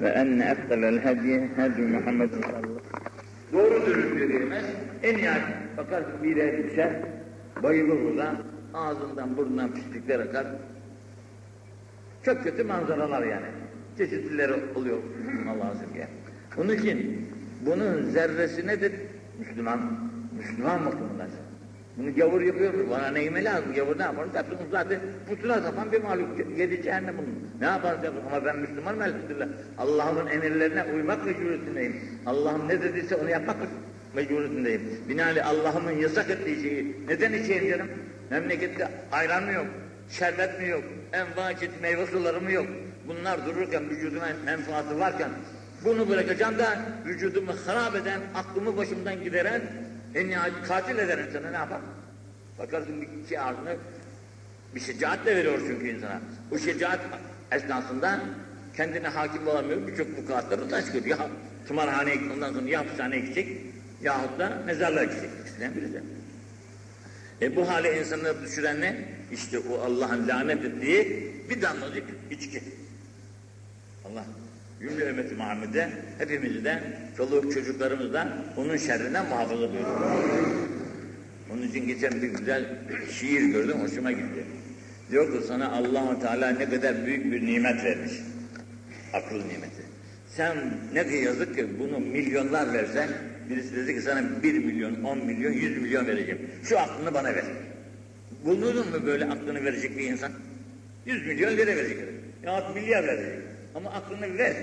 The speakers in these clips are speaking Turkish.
ve enne eftalel hediye hedi Muhammed sallallahu. Doğru dürüst yürüyemez. En nihayet bakarsın bir yere düşer, bayılır orada, ağzından burnundan pislikler akar. Çok kötü manzaralar yani. Çeşitlileri oluyor Allah'a şükür. Onun için bunun zerresi nedir? Müslüman bakımından. Bunu gavur yapıyor, bana neyime lazım, gavur ne yapar? Yapsın zaten putuna sapan bir mahluk, yedi cehennem bunun. Ne yaparız? Ama ben Müslümanım elhamdülillah. Allah'ın emirlerine uymak mecburiyetindeyim. Allah'ım ne dediyse onu yapmak mecburiyetindeyim. Binaenaleyh Allah'ımın yasak ettiği şeyi neden içeyim canım? Memlekette ayran mı yok, şerbet mi yok, enva çeşit meyve suları mı yok? Bunlar dururken, vücuduma menfaati varken, bunu bırakacağım da vücudumu harap eden, aklımı başımdan gideren, en nihayet katil eden insana ne yapar? Bakarsın bir şey ağzına, bir şecaat de veriyor çünkü insana. O şecaat esnasında kendine hakim olamıyor, birçok vukuatları taş koyuyor. Ya tımarhaneye ondan sonra ya hapishaneye gidecek, yahut da mezarlığa gidecek. İkisinden birisi. Bu hale insanları düşüren ne? İşte o Allah'ın lanet ettiği bir damlacık içki. Allah cümle ümmeti Muhammed'e, hepimizi de, çoluk çocuklarımız da onun şerrinden muhafaza buyuruyor. Onun için geçen bir güzel şiir gördüm, hoşuma gitti. Diyor ki sana Allah-u Teala ne kadar büyük bir nimet vermiş. Akıl nimeti. Sen ne yazık ki bunu milyonlar versen, birisi dedi ki sana 1 milyon, 10 milyon, 100 milyon vereceğim. Şu aklını bana ver. Bulunur mu böyle aklını verecek bir insan? 100 milyon lira verecek. Yahut milyar verecek. Ama aklını ver.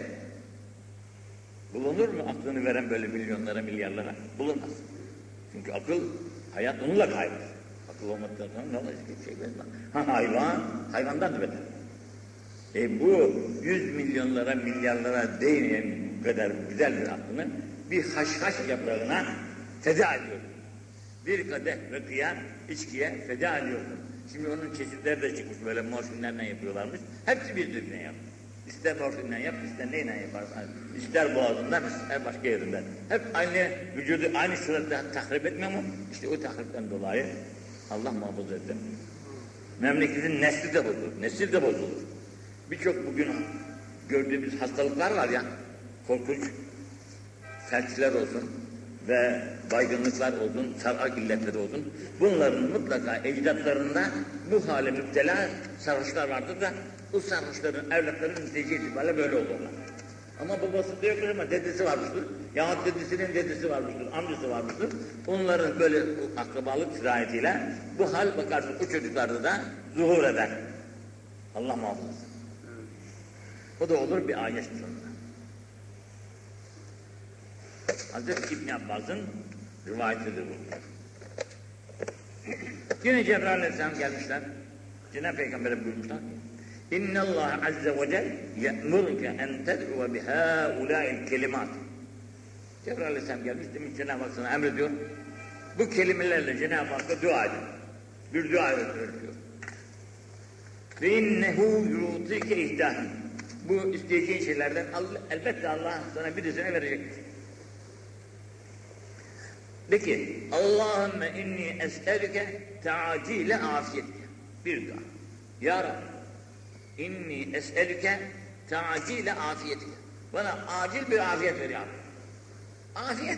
Bulunur mu aklını veren böyle milyonlara, milyarlara? Bulunmaz. Çünkü akıl, hayat onunla kaybolur. Akıl olmaktan sonra ne olacak? Hiçbir şey bilmez. Hayvandan da beter. Bu 100 milyonlara, milyarlara değmeyen bu kadar güzel bir aklını bir haşhaş yaprağına feda ediyorsun. Bir kadeh rakıya, içkiye feda ediyorsun. Şimdi onun çeşitleri de çıkmış, böyle morfinlerle yapıyorlarmış. Hepsi birbirine yap. İster morfinle yap, ister neyle yaparsan. İster boğazından, ister başka yerinden. Hep aynı vücudu, aynı suratta tahrip etmiyor mu? İşte o tahripten dolayı Allah muhafaza etsin. Memleketin nesli de bozulur, nesil de bozulur. Birçok bugün gördüğümüz hastalıklar var ya, korkunç felçler olsun ve baygınlıklar olsun, sarrak illetleri olsun, bunların mutlaka ecdatlarında bu hale müptela sarhoşlar vardır da, o sarhoşların, evlatların netice itibariyle böyle olurlar. Ama babası diyor ki ama dedesi varmıştır, yahut dedesinin dedesi varmıştır, amcası varmıştır. Onların böyle akrabalık sirayetiyle bu hal bakarsın o çocuklarda da zuhur eder. Allah muhafaza. O da olur bir ayet sonunda. Hazreti İbn Abbas'ın rivayetidir bu. Yine Cebrail Aleyhisselam gelmişler. Cenab-ı Peygamber'e buyurmuşlar. İnne Allah azze ve celle ye'muruke en ted'u bihâulâil kelimat. Cebrail Aleyhisselam gelmiş, demiş Cenab-ı Hak sana emrediyor. Bu kelimelerle Cenab-ı Hakk'a dua edin. Bir dua öğretiyor. Ve innehu yutike ihtâhî. Bu isteyeceğin şeylerden elbette Allah sana birisine verecek. Peki, Allahümme inni es'elüke te'acile afiyetke. Bir dua. Ya Rabbi, inni es'elüke te'acile afiyetke. Bana acil bir afiyet ver ya Rabbi. Afiyet.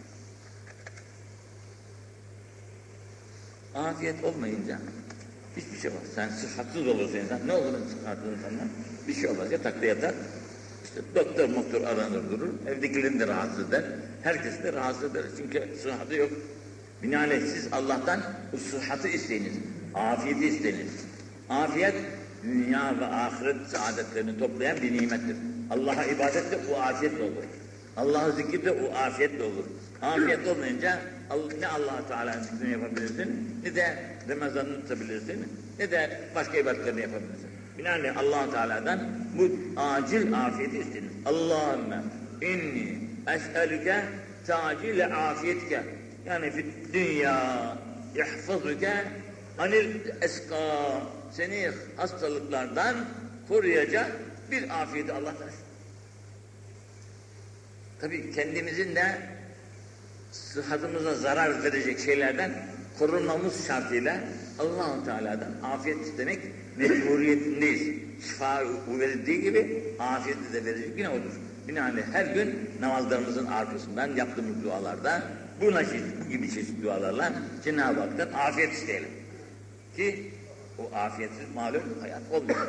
Afiyet olmayınca hiçbir şey olmaz. Sen sıhhatsız olursa insan, ne olur sıhhatsız insanlar? Bir şey olmaz, yatakta yatar. İşte doktor aranır durur, evdekilerini de rahatsız eder, herkesi de rahatsız eder. Çünkü sıhhatı yok. Binaenaleyh siz Allah'tan bu sıhhatı isteyiniz, afiyeti isteyiniz. Afiyet, dünya ve ahiret saadetlerini toplayan bir nimettir. Allah'a ibadet de o afiyetle olur. Allah'a zikir de o afiyetle olur. Afiyet olmayınca ne Allah-u Teala'nın zikrini yapabilirsin, ne de Ramazan'ını tutabilirsin, ne de başka ibadetlerini yapabilirsin. Binaenaleyh Allah-u Teala'dan bu acil afiyeti istediniz. Allahümme inni es'elüke tacile afiyetke. Yani fi dünya ihfazuke anil eska. Seni hastalıklardan koruyacak bir afiyeti Allah'tan. Tabii kendimizin de sıhhatımıza zarar verecek şeylerden korunmamız şartıyla Allah-u Teala'dan afiyet istemek mecburiyetindeyiz. şifa verildiği gibi afiyeti de verecek yine odur. Binaenaleyh her gün namazlarımızın arkasından yaptığımız dualarda bu gibi çeşitli dualarla Cenab-ı Hak'tan afiyet isteyelim. Ki o afiyetsiz malum hayat olmuyor.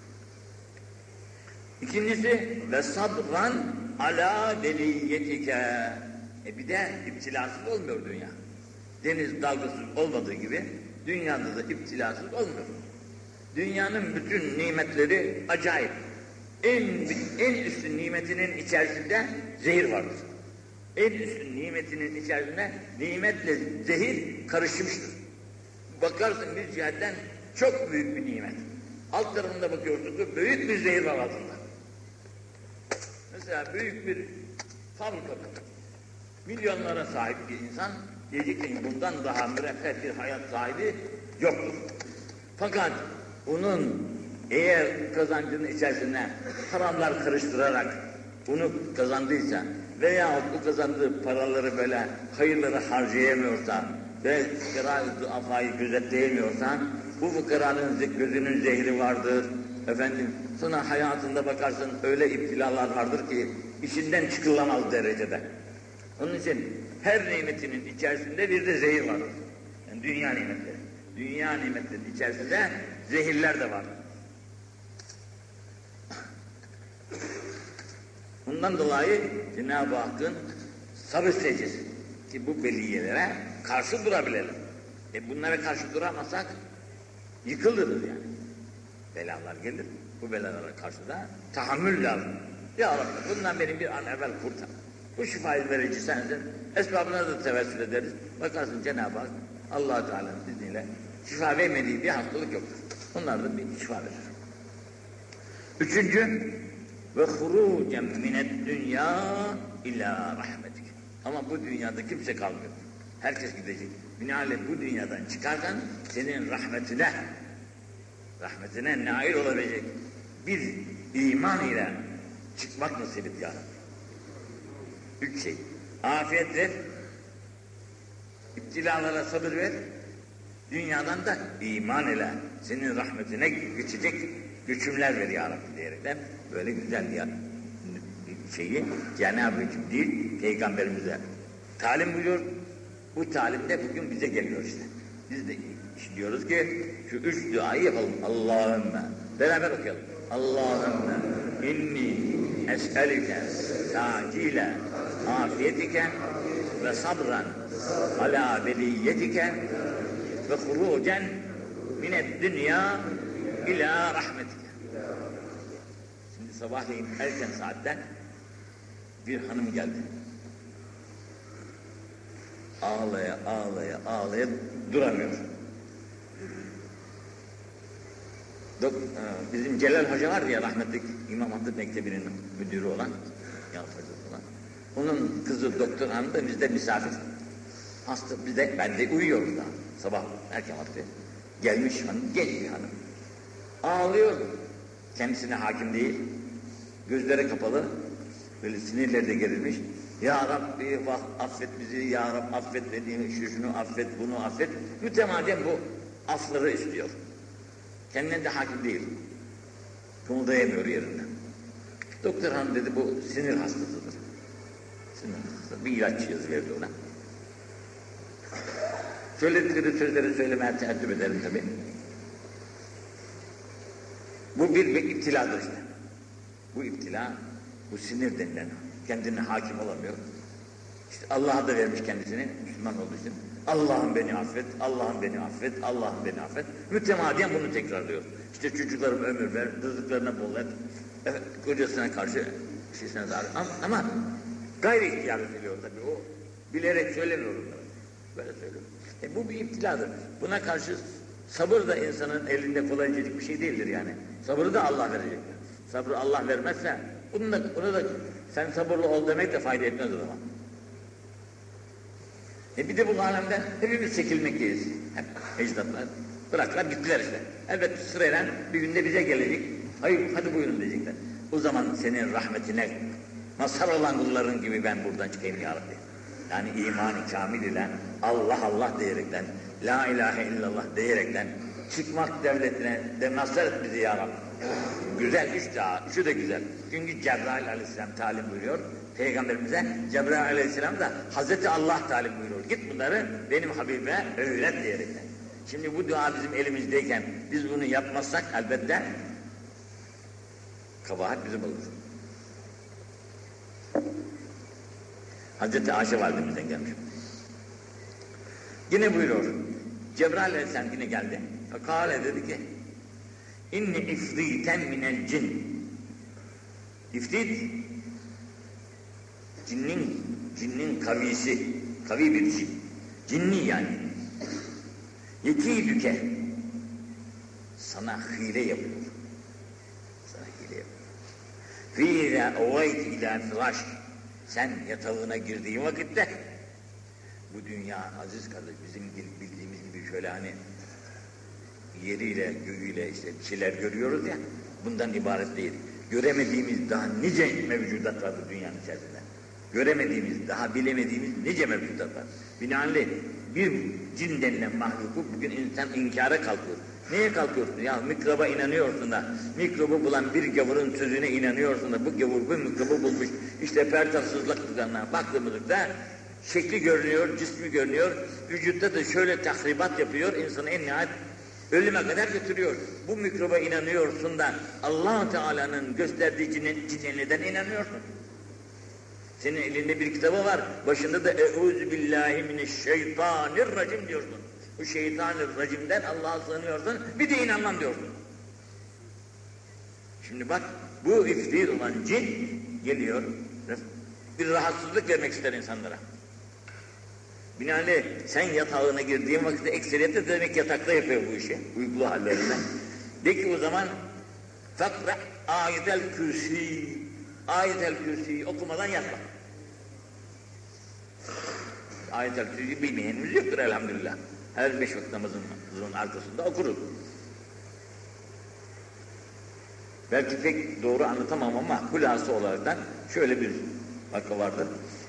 İkincisi ve sabran ala veliyetike. Bir de iptilasız olmuyor dünya. Deniz dalgasız olmadığı gibi dünyada da iptilasız olmuyor. Dünyanın bütün nimetleri acayip. En üstün nimetinin içerisinde zehir vardır. En üstün nimetinin içerisinde nimetle zehir karışmıştır. Bakarsın bir cihetten çok büyük bir nimet. Alt tarafında bakıyorsun ki büyük bir zehir var altında. Mesela büyük bir fabrika, milyonlara sahip bir insan diyecek ki bundan daha müreffeh bir hayat sahibi yoktur. Fakat bunun eğer kazancının içerisine haramlar karıştırarak bunu kazandıysa veya bu kazandığı paraları böyle hayırları harcayamıyorsa ve fukara-ı duafayı gözetleyemiyorsa bu fukaranın gözünün zehri vardır. Efendim sonra hayatında bakarsın öyle iptilalar vardır ki işinden çıkılamaz derecede. Onun için her nimetinin içerisinde bir de zehir vardır. Yani dünya nimetleri. Dünya nimetlerinin içerisinde zehirler de var. Bundan dolayı Cenab-ı Hakk'ın sabır secdesi ki bu beliyelere karşı durabilelim. Bunlara karşı duramazsak yıkılırız yani. Belalar gelir. Bu belalara karşı da tahammül lazım. Ya Rabbi bundan beni bir an evvel kurtar. Bu şifayı verici sensin. Esbabına da tevessül ederiz. Bakarsın Cenab-ı Hak Allah-u Teala'nın izniyle şifa vermediği bir hastalık yoktur. Onlardan bir şifa verir. Üçüncü ve hurucen minet dünya ila rahmetik. Ama bu dünyada kimse kalmıyor. Herkes gidecek. Binaenaleyh bu dünyadan çıkarken senin rahmetine nail olabilecek bir iman ile çıkmak nasip et ya Rabbi. Üç şey. Afiyet ver, iptilalara sabır ver, dünyadan da iman ile senin rahmetine geçecek güçümler ver ya Rabbi diyerekten böyle güzel bir şeyi Cenab-ı Hak değil, Peygamberimize talim buyuruyor. Bu talim de bugün bize geliyor işte. Biz de diyoruz ki şu üç duayı yapalım. Allahümme. Beraber okuyalım. Allahümme inni es'elike tacile afiyetike ve sabran ala veliyetike ve hurucen minet dünya ila rahmetike. Şimdi sabahleyin erken saatten bir hanım geldi. Ağlaya duramıyor. Bizim Celal Hoca var ya rahmetli İmam Hatip Mektebi'nin müdürü olan, onun kızı doktor hanım da bizde misafir. Hasta ben de uyuyorum daha sabah erken vakti. Gelmiş hanım, genç bir hanım. Ağlıyor. Kendisine hakim değil. Gözleri kapalı. Böyle sinirleri de gerilmiş. Ya Rabbi affet bizi, Ya Rabbi affet dediğini, şunu affet, bunu affet. Mütemadiyen bu afları istiyor. Kendine de hakim değil. Kımıldayamıyor yerinden. Doktor hanım dedi bu sinir hastasıdır. Sinir hastası. Bir ilaç yazıverdi ona. Söyledikleri sözleri söylemeye teeddüp ederim tabii. Bu bir iptiladır işte. Bu iptila, bu sinir denilen, kendine hakim olamıyor. İşte Allah'a da vermiş kendisini, Müslüman olduğu için. Allah'ım beni affet, Allah'ım beni affet, Allah'ım beni affet. Mütemadiyen bunu tekrarlıyor. İşte çocuklarıma ömür ver, rızıklarına bol et, kocasına karşı şeysine zarar. Ama gayri ihtiyar ediliyor tabii o. Bilerek söylemiyor onlara. Böyle söylüyor. Bu bir iptiladır. Buna karşı sabır da insanın elinde kolaycacık bir şey değildir yani. Sabrı da Allah verecektir. Sabrı Allah vermezse onu da sen sabırlı ol demek de fayda etmez o zaman. Bir de bu alemden hepimiz çekilmekteyiz. Hep ecdatlar bıraktılar gittiler işte. Elbette sırayla bir günde bize gelecek. Hayır hadi buyurun diyecekler. O zaman senin rahmetine mazhar olan kulların gibi ben buradan çıkayım ya Rabbi. Yani iman-ı kamil ile Allah diyerekten, la ilahe illallah diyerekten çıkmak devletine de mazhar et bizi ya Rabbi. Güzel, üçü de güzel. Çünkü Cebrail aleyhisselam talim buyuruyor. Peygamberimize Cebrail aleyhisselam da Hazreti Allah talim buyuruyor. Git bunları benim Habibime öğret diyerekten. Şimdi bu dua bizim elimizdeyken biz bunu yapmazsak elbette kabahat bizim olur. Hazreti Ayşe validemizden gelmiş. Yine buyuruyor. Cebrail aleyhisselam yine geldi. Kale dedi ki İnni ifriten minel cin. İfrit cinnin kavisi, kavi bir cin. Cinni yani. Yekîdüke sana hile yapıyor. Sana hile yapıyor. Fîzâ ovayt ilâ firâş. Sen yatağına girdiğin vakitte bu dünya aziz kardeş bizim bildiğimiz gibi şöyle hani yeriyle göğüyle işte bir şeyler görüyoruz ya, bundan ibaret değil. Göremediğimiz daha nice mevcudat var bu dünyanın içerisinde. Göremediğimiz, daha bilemediğimiz nice mevcudat var. Binaenaleyh bir cin denilen mahluku bugün insan inkara kalkıyor. Neye kalkıyorsun? Ya mikroba inanıyorsun da, mikrobu bulan bir gavurun sözüne inanıyorsun da, bu gavur bu mikrobu bulmuş. İşte pertafsızlıklarına baktığımızda şekli görünüyor, cismi görünüyor, vücutta da şöyle tahribat yapıyor, insanı en nihayet ölüme kadar götürüyor. Bu mikroba inanıyorsun da Allah Teala'nın gösterdiği cine neden inanıyorsun? Senin elinde bir kitabı var, başında da Euzubillahimineşşeytanirracim diyorsun. Bu şeytanirracimden Allah'a sığınıyorsun, bir de inanmam diyorsun. Şimdi bak, bu ifrit olan cin geliyor, bir rahatsızlık vermek ister insanlara. Binaenaleyh sen yatağına girdiğin vakitte ekseriyetle demek yatakta yapıyor bu işi, uykulu hallerinde. De ki o zaman fakra ayetel kürsi, ayetel kürsi okumadan yatma. Ayetel kürsi bilmeyenimiz yoktur elhamdülillah. Her 5 vakit namazın arkasında okuruz. Belki pek doğru anlatamam ama hulası olaraktan şöyle bir vaka vardır.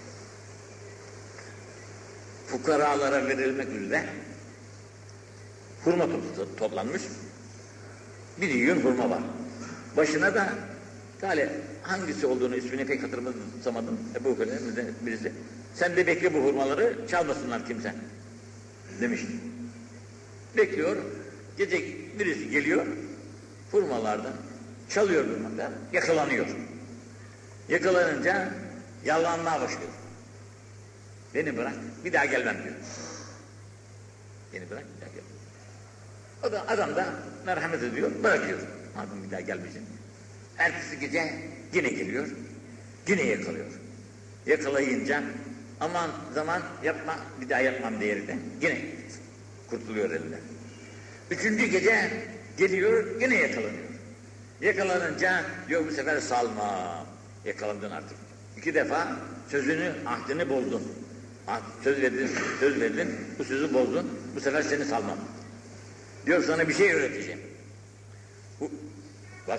Fukaralara verilmek üzere hurma toplanmış. Bir yığın hurma var. Başına da galiba hangisi olduğunu ismini pek hatırlamadım. Ebu Hureyre'den birisi. Sen de bekle bu hurmaları, çalmasınlar kimse demiş. Bekliyor. Gece birisi geliyor. Hurmalardan çalıyor hurmadan, yakalanıyor. Yakalanınca yalanlığa başlıyor. Beni bırak, bir daha gelmem diyor. Beni bırak, bir daha gelmem. O da adam da merhamet ediyor, bırakıyor. Madem bir daha gelmeyecek. Ertesi gece yine geliyor, yine yakalıyor. Yakalayınca aman zaman yapma, bir daha yapmam diyerekten yine kurtuluyor elinden. Üçüncü gece geliyor, yine yakalanıyor. Yakalanınca diyor bu sefer salma, yakalandın artık. 2 defa sözünü, ahdini bozdun. Söz verdin, bu sözü bozdun, bu sefer seni salmam. Diyor sana bir şey öğreteceğim. Bak,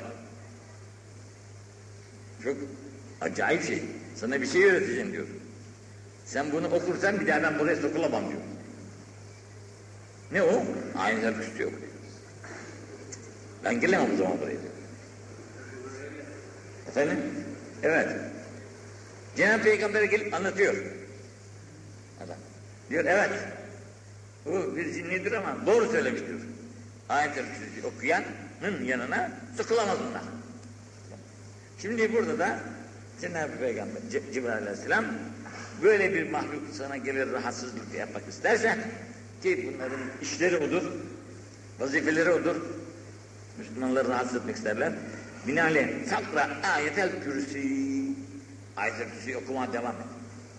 çok acayip şey. Sana bir şey öğreteceğim diyor. Sen bunu okursan bir daha ben buraya sokulamam diyor. Ne o? Aynı küstü yok. Ben gelemem o zaman buraya diyor. Efendim? Evet. Cenab-ı Peygamber'e gelip anlatıyor. Adam. Diyor evet. Bu bir cinnidir ama doğru söylemiş diyor. Ayet-i okuyanın yanına sıkılamaz bunlar. Şimdi burada da Cenab-ı Peygamber Cebrail Aleyhisselam böyle bir mahluk sana gelir rahatsızlık yapmak isterse ki bunların işleri odur, vazifeleri odur. Müslümanları rahatsız etmek isterler. Binaenaleyh fakra ayetel kürsi. Ayetel kürsi okumaya devam et.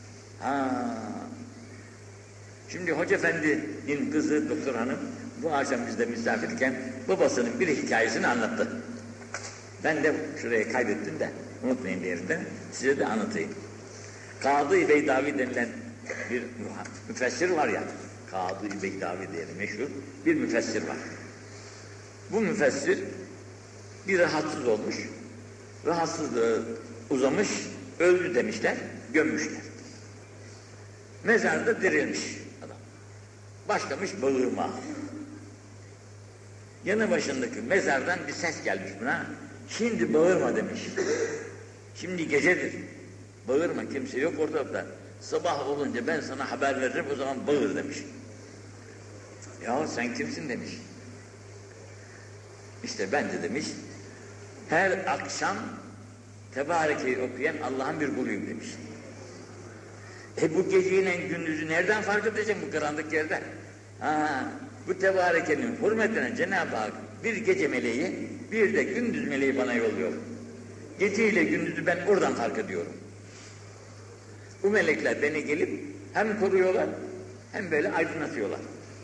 Şimdi Hoca Efendi'nin kızı Doktor Hanım bu akşam bizde misafirken babasının bir hikayesini anlattı. Ben de şuraya kaydettim de unutmayın bir yerinde size de anlatayım. Kadı-i Beydavi denilen bir müfessir var ya, Kadı-i Beydavi diye meşhur bir müfessir var. Bu müfessir bir rahatsız olmuş, rahatsızlığı uzamış, öldü demişler, gömmüşler. Mezarda dirilmiş adam. Başlamış bağırma. Yanı başındaki mezardan bir ses gelmiş buna. Şimdi bağırma demiş. Şimdi gecedir. Bağırma, kimse yok ortalıkta. Sabah olunca ben sana haber veririm, o zaman bağır demiş. Ya sen kimsin demiş. İşte ben de demiş, her akşam Tebareke'yi okuyan Allah'ın bir kuluyum demiş. Bu geceyle gündüzü nereden fark edeceğim bu karanlık yerde? Bu Tebareke'nin hürmetine Cenab-ı Hak bir gece meleği, bir de gündüz meleği bana yolluyor. Geceyle gündüzü ben oradan fark ediyorum. Bu melekler beni gelip hem koruyorlar, hem böyle aydınlatıyorlar.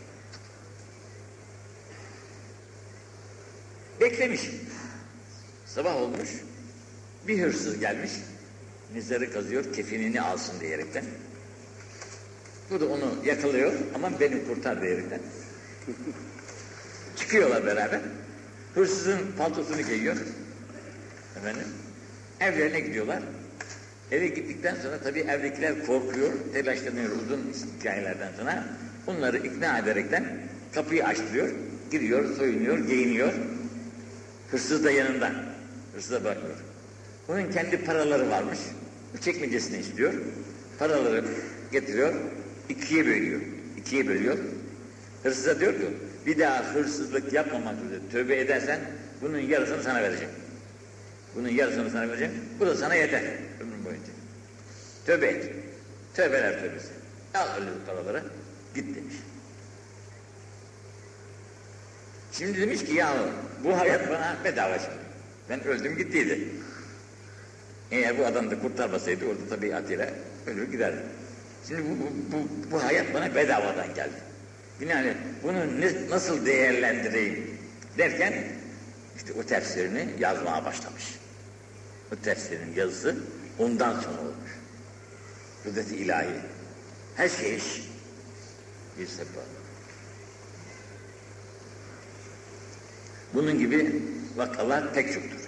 Beklemiş. Sabah olmuş, bir hırsız gelmiş, mezarı kazıyor, kefinini alsın diyerekten. Bu da onu yakalıyor, ama beni kurtar diyerekten. Çıkıyorlar beraber. Hırsızın paltosunu giyiyor. Efendim, evlerine gidiyorlar. Eve gittikten sonra tabii evdekiler korkuyor, telaşlanıyor uzun hikayelerden sonra. Onları ikna ederekten kapıyı açtırıyor, giriyor, soyunuyor, giyiniyor. Hırsız da yanında. Hırsıza bakıyor. Onun kendi paraları varmış. Bu çekmecesini istiyor. Paraları getiriyor, ikiye bölüyor. İkiye bölüyor. Hırsıza diyor ki, bir daha hırsızlık yapmamak üzere tövbe edersen bunun yarısını sana vereceğim. Bunun yarısını sana vereceğim. Bu da sana yeter ömrün boyunca. Tövbe et. Tövbeler tövbesi. Al öyle paraları, git demiş. Şimdi demiş ki ya bu hayat bana bedava şimdi. Ben öldüm gittiydi. Eğer bu adam da kurtarmasaydı orada tabiatıyla ölür giderdi. Şimdi bu hayat bana bedavadan geldi. Yani bunu nasıl değerlendireyim derken işte o tefsirini yazmaya başlamış. O tefsirin yazısı ondan sonra olmuş. Kudret-i ilahi. Her şey bir sebep. Bunun gibi vakalar pek çoktur.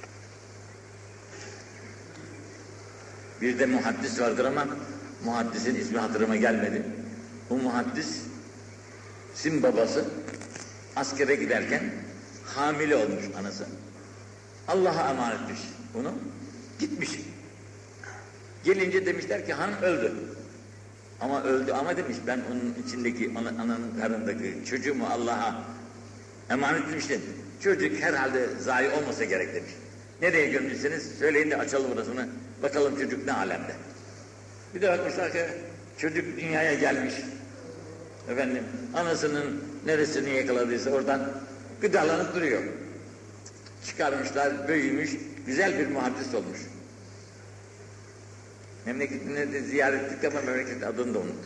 Bir de muhaddis vardır ama muhaddisin ismi hatırıma gelmedi. Bu muhaddisin babası askere giderken hamile olmuş anası. Allah'a emanetmiş bunu. Gitmiş. Gelince demişler ki hanım öldü. Ama öldü ama demiş ben onun içindeki ananın karnındaki çocuğumu Allah'a emanet etmiştim. Çocuk herhalde zayi olmasa gerek demiş. Nereye gömdüyseniz söyleyin de açalım burasını. Bakalım çocuk ne alemde. Bir de bakmışlar ki çocuk dünyaya gelmiş. Efendim anasının neresini yakaladıysa oradan gıdalanıp duruyor. Çıkarmışlar, büyümüş, güzel bir muhaddis olmuş. Memleketine de ziyaret ettik ama memleketin adını da unuttum.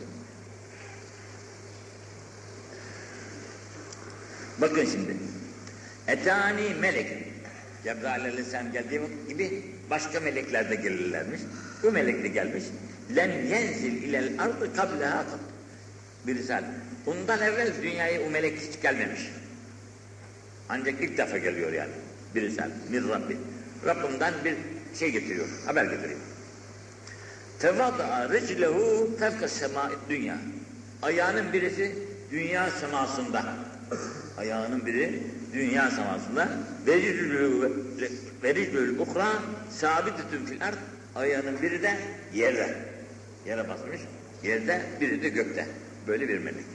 Bakın şimdi. Etani melek. Cebrail aleyhisselam geldiği gibi başka melekler de gelirlermiş. Bu melek de gelmiş. Lem yenzil ilel ardı kableha bir risale. Ondan evvel dünyaya o melek hiç gelmemiş. Ancak ilk defa geliyor yani. Bir risale. Min Rabbi. Rabbimden bir şey getiriyor. Haber getiriyor. Tevada'a riclehu fevka semâid dünya. Ayağının birisi dünya semasında. Ayağının biri dünya semasında. Vericlül ukra sabitütün fil ard. Ayağının biri de yere. Yere basmış. Yerde, biri de gökte. Böyle bir melek.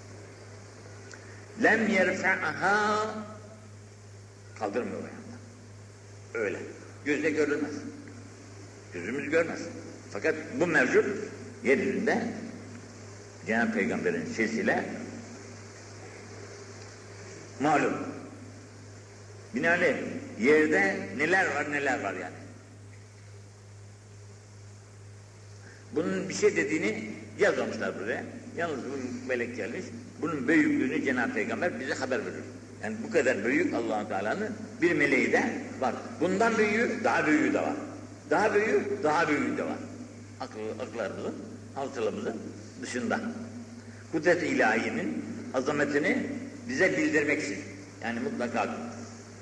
Lem yerfe'aha kaldırmıyor ayağından. Öyle. Gözle görülmez. Gözümüz görmez. Fakat bu mevcut yeryüzünde Cenab-ı Peygamber'in sesiyle malum. Binaenaleyh yerde neler var yani. Bunun bir şey dediğini yazmamışlar buraya. Yalnız bu melek gelmiş. Bunun büyüklüğünü Cenab-ı Peygamber bize haber verir. Yani bu kadar büyük Allah-u Teala'nın bir meleği de var. Bundan büyüğü, daha büyüğü de var. Daha büyüğü, daha büyüğü de var. Akıllarımızın, hafızalarımızın dışında. Kudret-i ilahinin azametini bize bildirmek için. Yani mutlaka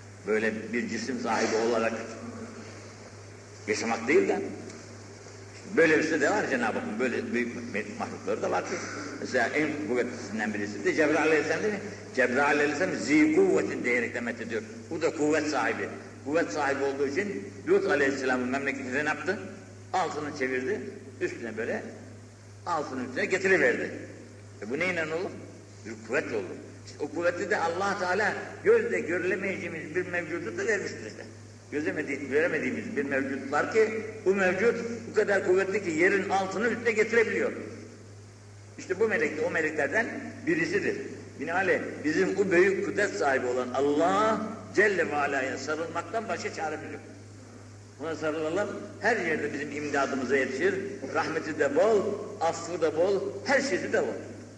böyle bir cisim sahibi olarak yaşamak değil de Böyle birisi de var Cenab-ı Hakk'ın, böyle büyük mahlukları da var ki. Mesela en kuvvetlisinden birisi de Cebrail Aleyhisselam değil mi? Cebrail Aleyhisselam zî kuvvetin diyerek ediyor. Bu da kuvvet sahibi. Kuvvet sahibi olduğu için Lut Aleyhisselam'ın memleketine ne yaptı? Altını çevirdi, üstüne böyle altının üstüne getiriverdi. Bu neyle olur? Bir kuvvetle olur. İşte o kuvveti de Allah Teala gözle görülemeyeceğimiz bir mevcudu da vermiştir işte. Göremediğimiz bir mevcut var ki bu mevcut bu kadar kuvvetli ki yerin altını üstüne getirebiliyor. İşte bu melek de o meleklerden birisidir. Binaenaleyh bizim bu büyük kudret sahibi olan Allah Celle ve Ala'ya sarılmaktan başka çaremiz yok. Buna sarılalım, her yerde bizim imdadımıza yetişir, rahmeti de bol, affı da bol, her şeyi de bol.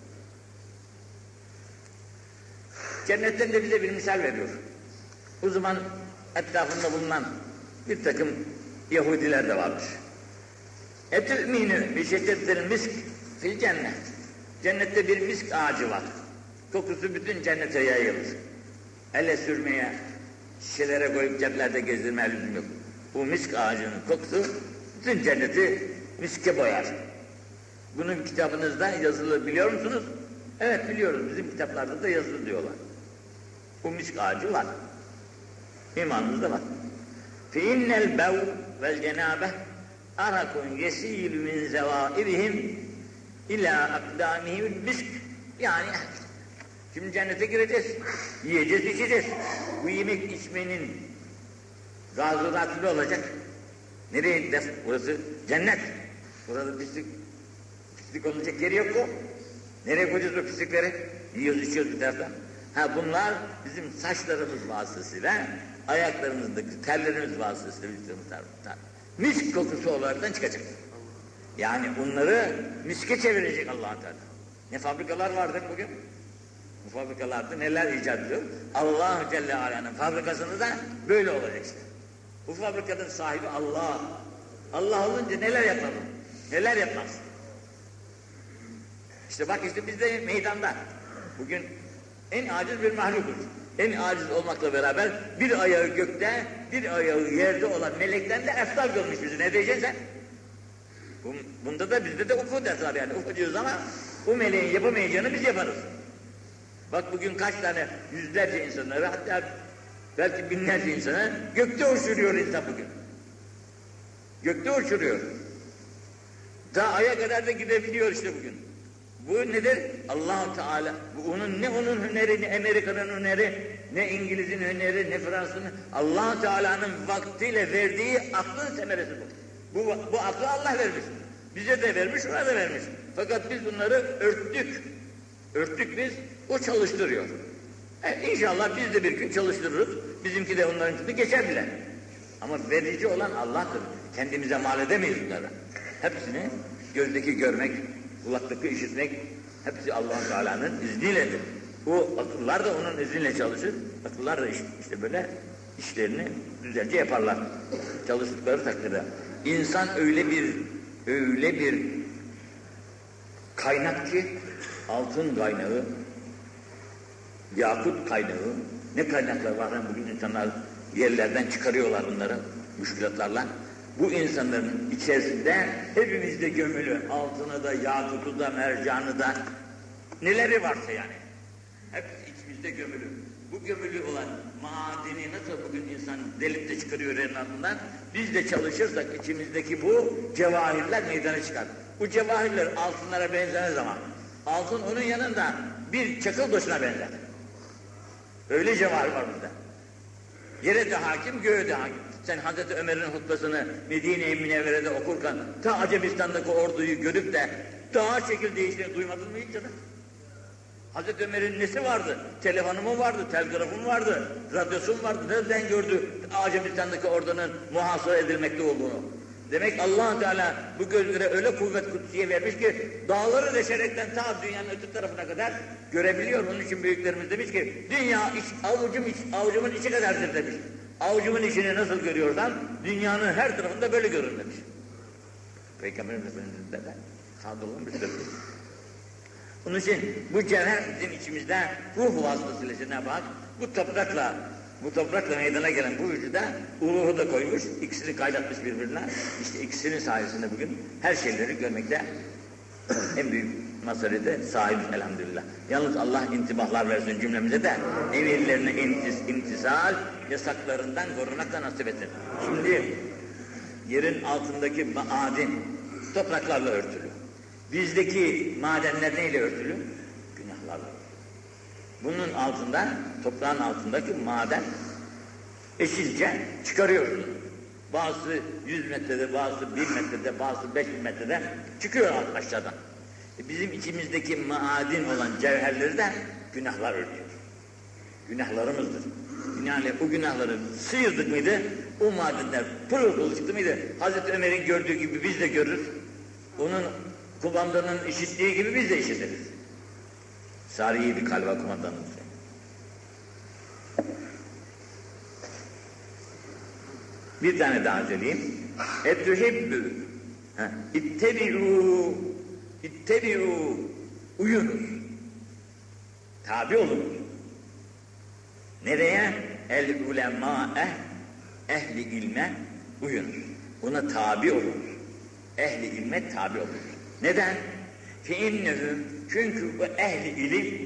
Cennetten de bize bir misal veriyor. O zaman etrafında bulunan bir takım Yahudiler de varmış. Etü'minü bi şeccetil misk fil cennet. Cennette bir misk ağacı var. Kokusu bütün cennete yayılır. Elle sürmeye, şişelere koyup ceplerde gezdirmeye lüzum yok. Bu misk ağacının kokusu bütün cenneti miske boyar. Bunun kitabınızda yazılı biliyor musunuz? Evet biliyoruz, bizim kitaplarda da yazılı diyorlar. Bu misk ağacı var. İmanımızda var. فَاِنَّ الْبَوْ وَالْجَنَابَةِ اَرَكُنْ يَس۪يلُ مِنْ زَوَائِرِهِمْ اِلَى اَقْدَامِهِمْ misk. Yani şimdi cennete gireceğiz, yiyeceğiz, içeceğiz. Bu yemek içmenin zaruratı ne olacak? Nereye gideceğiz? Burası cennet. Burada pislik olacak yeri yok mu? Nereye koyacağız o pislikleri? Yiyoruz, içiyoruz bir taraftan. Bunlar bizim saçlarımız vasıtasıyla, ayaklarımızdaki terlerimiz vasıtasıyla misk kokusu olaraktan çıkacak. Yani bunları miske çevirecek Allah-u Teala. Ne fabrikalar vardır bugün? Bu fabrikalarda neler icat ediyor? Allah Celle Alâ'nın fabrikasında da böyle olacak işte. Bu fabrikanın sahibi Allah. Allah olunca neler yapmaz? Neler yapmaz? İşte bak işte biz de meydanda. Bugün en aciz bir mahlukuz. En aciz olmakla beraber bir ayağı gökte, bir ayağı yerde olan melekten de eftal görmüş bizi. Ne diyeceksin sen? Bunda da bizde de ufuk var yani. Ufacığız ama bu meleğin yapamayacağını biz yaparız. Bak bugün kaç tane yüzlerce insanları, hatta belki binlerce insanı gökte uçuruyor insan bugün. Gökte uçuruyor. Daha aya kadar da gidebiliyor işte bugün. Bu nedir? Allah-u Teala. Ne onun hüneri, ne Amerika'nın hüneri, ne İngiliz'in hüneri, ne Fransa'nın. Allah-u Teala'nın vaktiyle verdiği aklın semeresi bu. Bu aklı Allah vermiş. Bize de vermiş, ona da vermiş. Fakat biz bunları örttük. Örttük biz, o çalıştırıyor. İnşallah biz de bir gün çalıştırırız. Bizimki de onlarınkini geçer bile. Ama verici olan Allah'tır. Kendimize mal edemeyiz bunları. Hepsini gözdeki görmek, kulaktaki işitmek, hepsi Allah-u Teala'nın izniyledir. Bu akıllar da onun izniyle çalışır. Akıllar da işte böyle işlerini güzelce yaparlar. Çalıştıkları takdirde. İnsan öyle bir kaynak ki, altın kaynağı, yakut kaynağı, ne kaynaklar var bugün insanlar yerlerden çıkarıyorlar bunları müşkülatlarla. Bu insanların içerisinde hepimizde gömülü, altını da, yakutu da, mercanı da, neleri varsa yani. Hepsi içimizde gömülü. Bu gömülü olan madeni nasıl bugün insan delip de çıkarıyor yerin altından, biz de çalışırsak içimizdeki bu cevahirler meydana çıkar. Bu cevahirler altınlara benzeriz ama altın onun yanında bir çakıl taşına benzer. Öyle cevahir var burada. Yere de hakim, göğe de hakim. Sen Hazreti Ömer'in hutbasını Medine-i Münevvere'de okurken ta Acebistan'daki orduyu görüp de daha şekil değiştiğini duymadın mı hiç canım? Hazreti Ömer'in nesi vardı? Telefonu mu vardı? Telgrafı mı vardı? Radyosu mu vardı? Nereden gördü Acebistan'daki ordunun muhasara edilmekte olduğunu? Demek Allah Teala bu gözlere öyle kuvvet kutsiye vermiş ki dağları deşerekten ta dünyanın öte tarafına kadar görebiliyor. Onun için büyüklerimiz demiş ki dünya avucumun içi kadardır demiş. Avucumun içini nasıl görüyorsan dünyanın her tarafında böyle görür demiş. Peygamberimiz Efendimiz'de de kaldırılmıştır. Onun için bu cevher bizim içimizde ruh vasıtasıyla Cenab-ı Hak bu toprakla Bu toprakla meydana gelen bu vücuda uluhu da koymuş, ikisini kaynatmış birbirine. İşte ikisinin sayesinde bugün her şeyleri görmekte en büyük mazharete sahibiz elhamdülillah. Yalnız Allah intibahlar versin cümlemize de emirlerine imtisal, yasaklarından korumak da nasip etsin. Şimdi yerin altındaki maden topraklarla örtülü. Bizdeki madenler neyle örtülü? Günahlarla. Bunun altında, toprağın altındaki maden eşitçe çıkarıyoruz. Bazısı 100 metrede, bazısı 1 metrede, bazısı 5000 metrede çıkıyor aşağıdan. Bizim içimizdeki maden olan cevherleri de günahlar örtüyor. Günahlarımızdır. Yani o günahları sıyırdık mıydı, o madenler pırıl pırıl çıktı mıydı, Hazreti Ömer'in gördüğü gibi biz de görürüz. Onun kumandanın işittiği gibi biz de işitiriz. Sariye bir kalba kumandanımız. Bir tane daha söyleyeyim. Etühibbü. İttebi'u. Uyunuz. Tabi olunuz. Nereye? El ulemâ'e. Ehli ilme uyunuz. Ona tabi olunuz. Ehli ilme tabi olunuz. Neden? فَاِنَّهُ Çünkü bu ehli ilim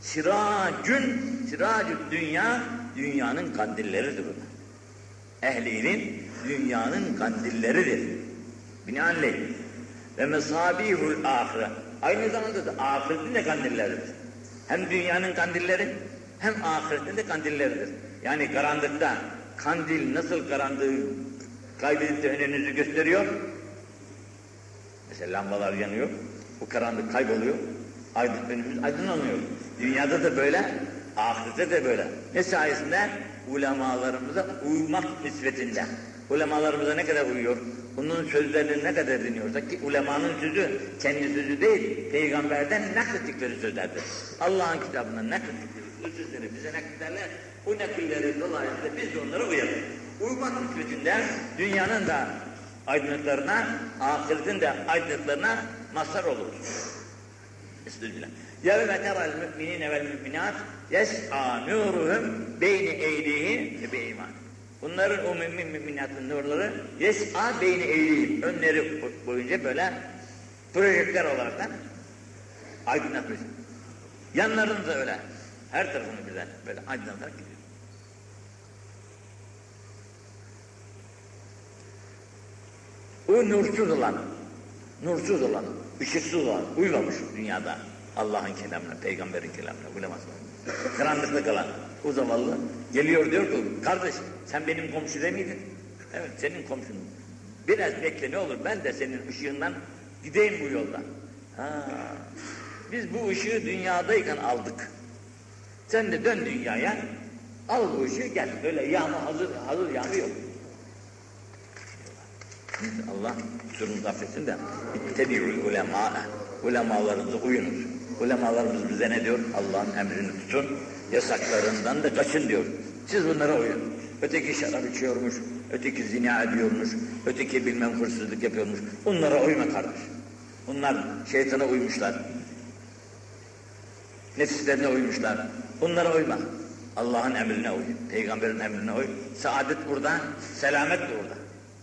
siracü dünya, dünyanın kandilleridir onlar. Ehli ilim dünyanın kandilleridir. Binaenaleyh ve mesabihul ahire. Aynı zamanda da ahiretin de kandilleridir. Hem dünyanın kandilleri hem ahiretin de kandilleridir. Yani karanlıkta kandil nasıl karanlığı kaybedip de önünüzü gösteriyor? Mesela lambalar yanıyor, bu karanlık kayboluyor, önümüz aydınlanıyor. Dünyada da böyle, ahirette de böyle. Ne sayesinde? Ulemalarımıza uymak nispetinde. Ulemalarımıza ne kadar uyuyor? Onun sözlerini ne kadar dinliyorsak ki ulemanın sözü kendi sözü değil, peygamberden naklettikleri sözlerdir. Allah'ın kitabından naklettikleri bu sözleri bize naklederler. O nakilleri dolayısıyla biz de onlara uyarız. Uymak nispetinde dünyanın da aydınlıklarına, ahiretin de aydınlıklarına mazhar oluruz. Estağfirullah. يَوْمَ تَرَى الْمُؤْمِنِينَ وَالْمُؤْمِنَاتِ يَسْعَى نُورُهُمْ بَيْنِ اَيْدِيهِمْ بِاِيمَانِ Bunların o müminatın nurları yes'a beyni eğileyim. Önleri boyunca böyle projektör olarak aydınlatmış. Yanlarını da öyle. Her tarafını birden böyle aydınlatarak gidiyor. O nursuz olan, ışıksız olan, uymamış dünyada Allah'ın kelamına, peygamberin kelamına, ulemaz. Karanlıkta kalan o zavallı geliyor diyor ki, kardeş sen benim komşu değil miydin? Evet senin komşun. Biraz bekle ne olur ben de senin ışığından gideyim bu yolda. Biz bu ışığı dünyadayken aldık. Sen de dön dünyaya, al bu ışığı gel. Böyle yağmur hazır yağmur yok. Allah kusurumuzu affetsin de İttebi'ül ulemâ'e ulemalarınıza uyunuz. Ulemalarımız bize ne diyor? Allah'ın emrini tutun, yasaklarından da kaçın diyor. Siz bunlara uyun. Öteki şarap içiyormuş, öteki zina ediyormuş, öteki bilmem hırsızlık yapıyormuş. Onlara uyma kardeş. Onlar şeytana uymuşlar. Nefislerine uymuşlar. Onlara uyma. Allah'ın emrine uy. Peygamberin emrine uy. Saadet burada, selamet de orada.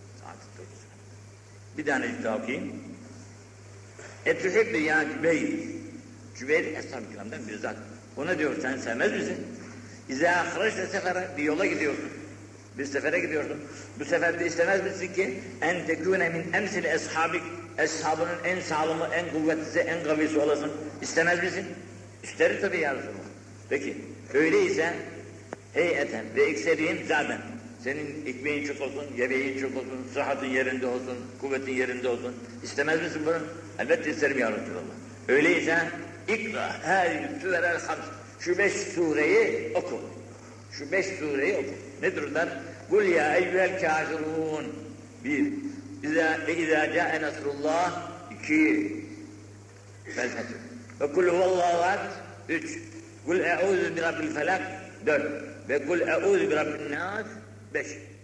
Bir tane daha okuyayım. Etühebbe ya Cübeyr. Cübeyr Eshab-ı Kiram'dan bir zat. Ona diyor sen sevmez misin? İzâ haraçte sefere bir yola gidiyorsun. Bir sefere gidiyorsun. Bu seferde istemez misin ki en tekûne min emsili eshabik. Eshabının en sağlamı, en kuvvetlisi, en kavisi olasın. İstemez misin? İsterim tabii ya Resulallah. Peki öyleyse heyeten ve ekseriyim zaten. Senin ekmeğin çok olsun, yemeğin çok olsun, sıhhatin yerinde olsun, kuvvetin yerinde olsun. İstemez misin bunu? Elbette isterim ya Resulallah. Öyleyse ikra her süverel hams. Şu 5 sureyi oku. Şu 5 sureyi oku. Nedir onlar? Kul ya eyyühel kâfirûn. 1. İzâ câe nasrullah. 2. Fel-fetih. Ve kul huvallahu ahad. 3. Kul e'ûzü bi rabbil felak. 4. Ve kul e'ûzü bi rabbin nâs. 5.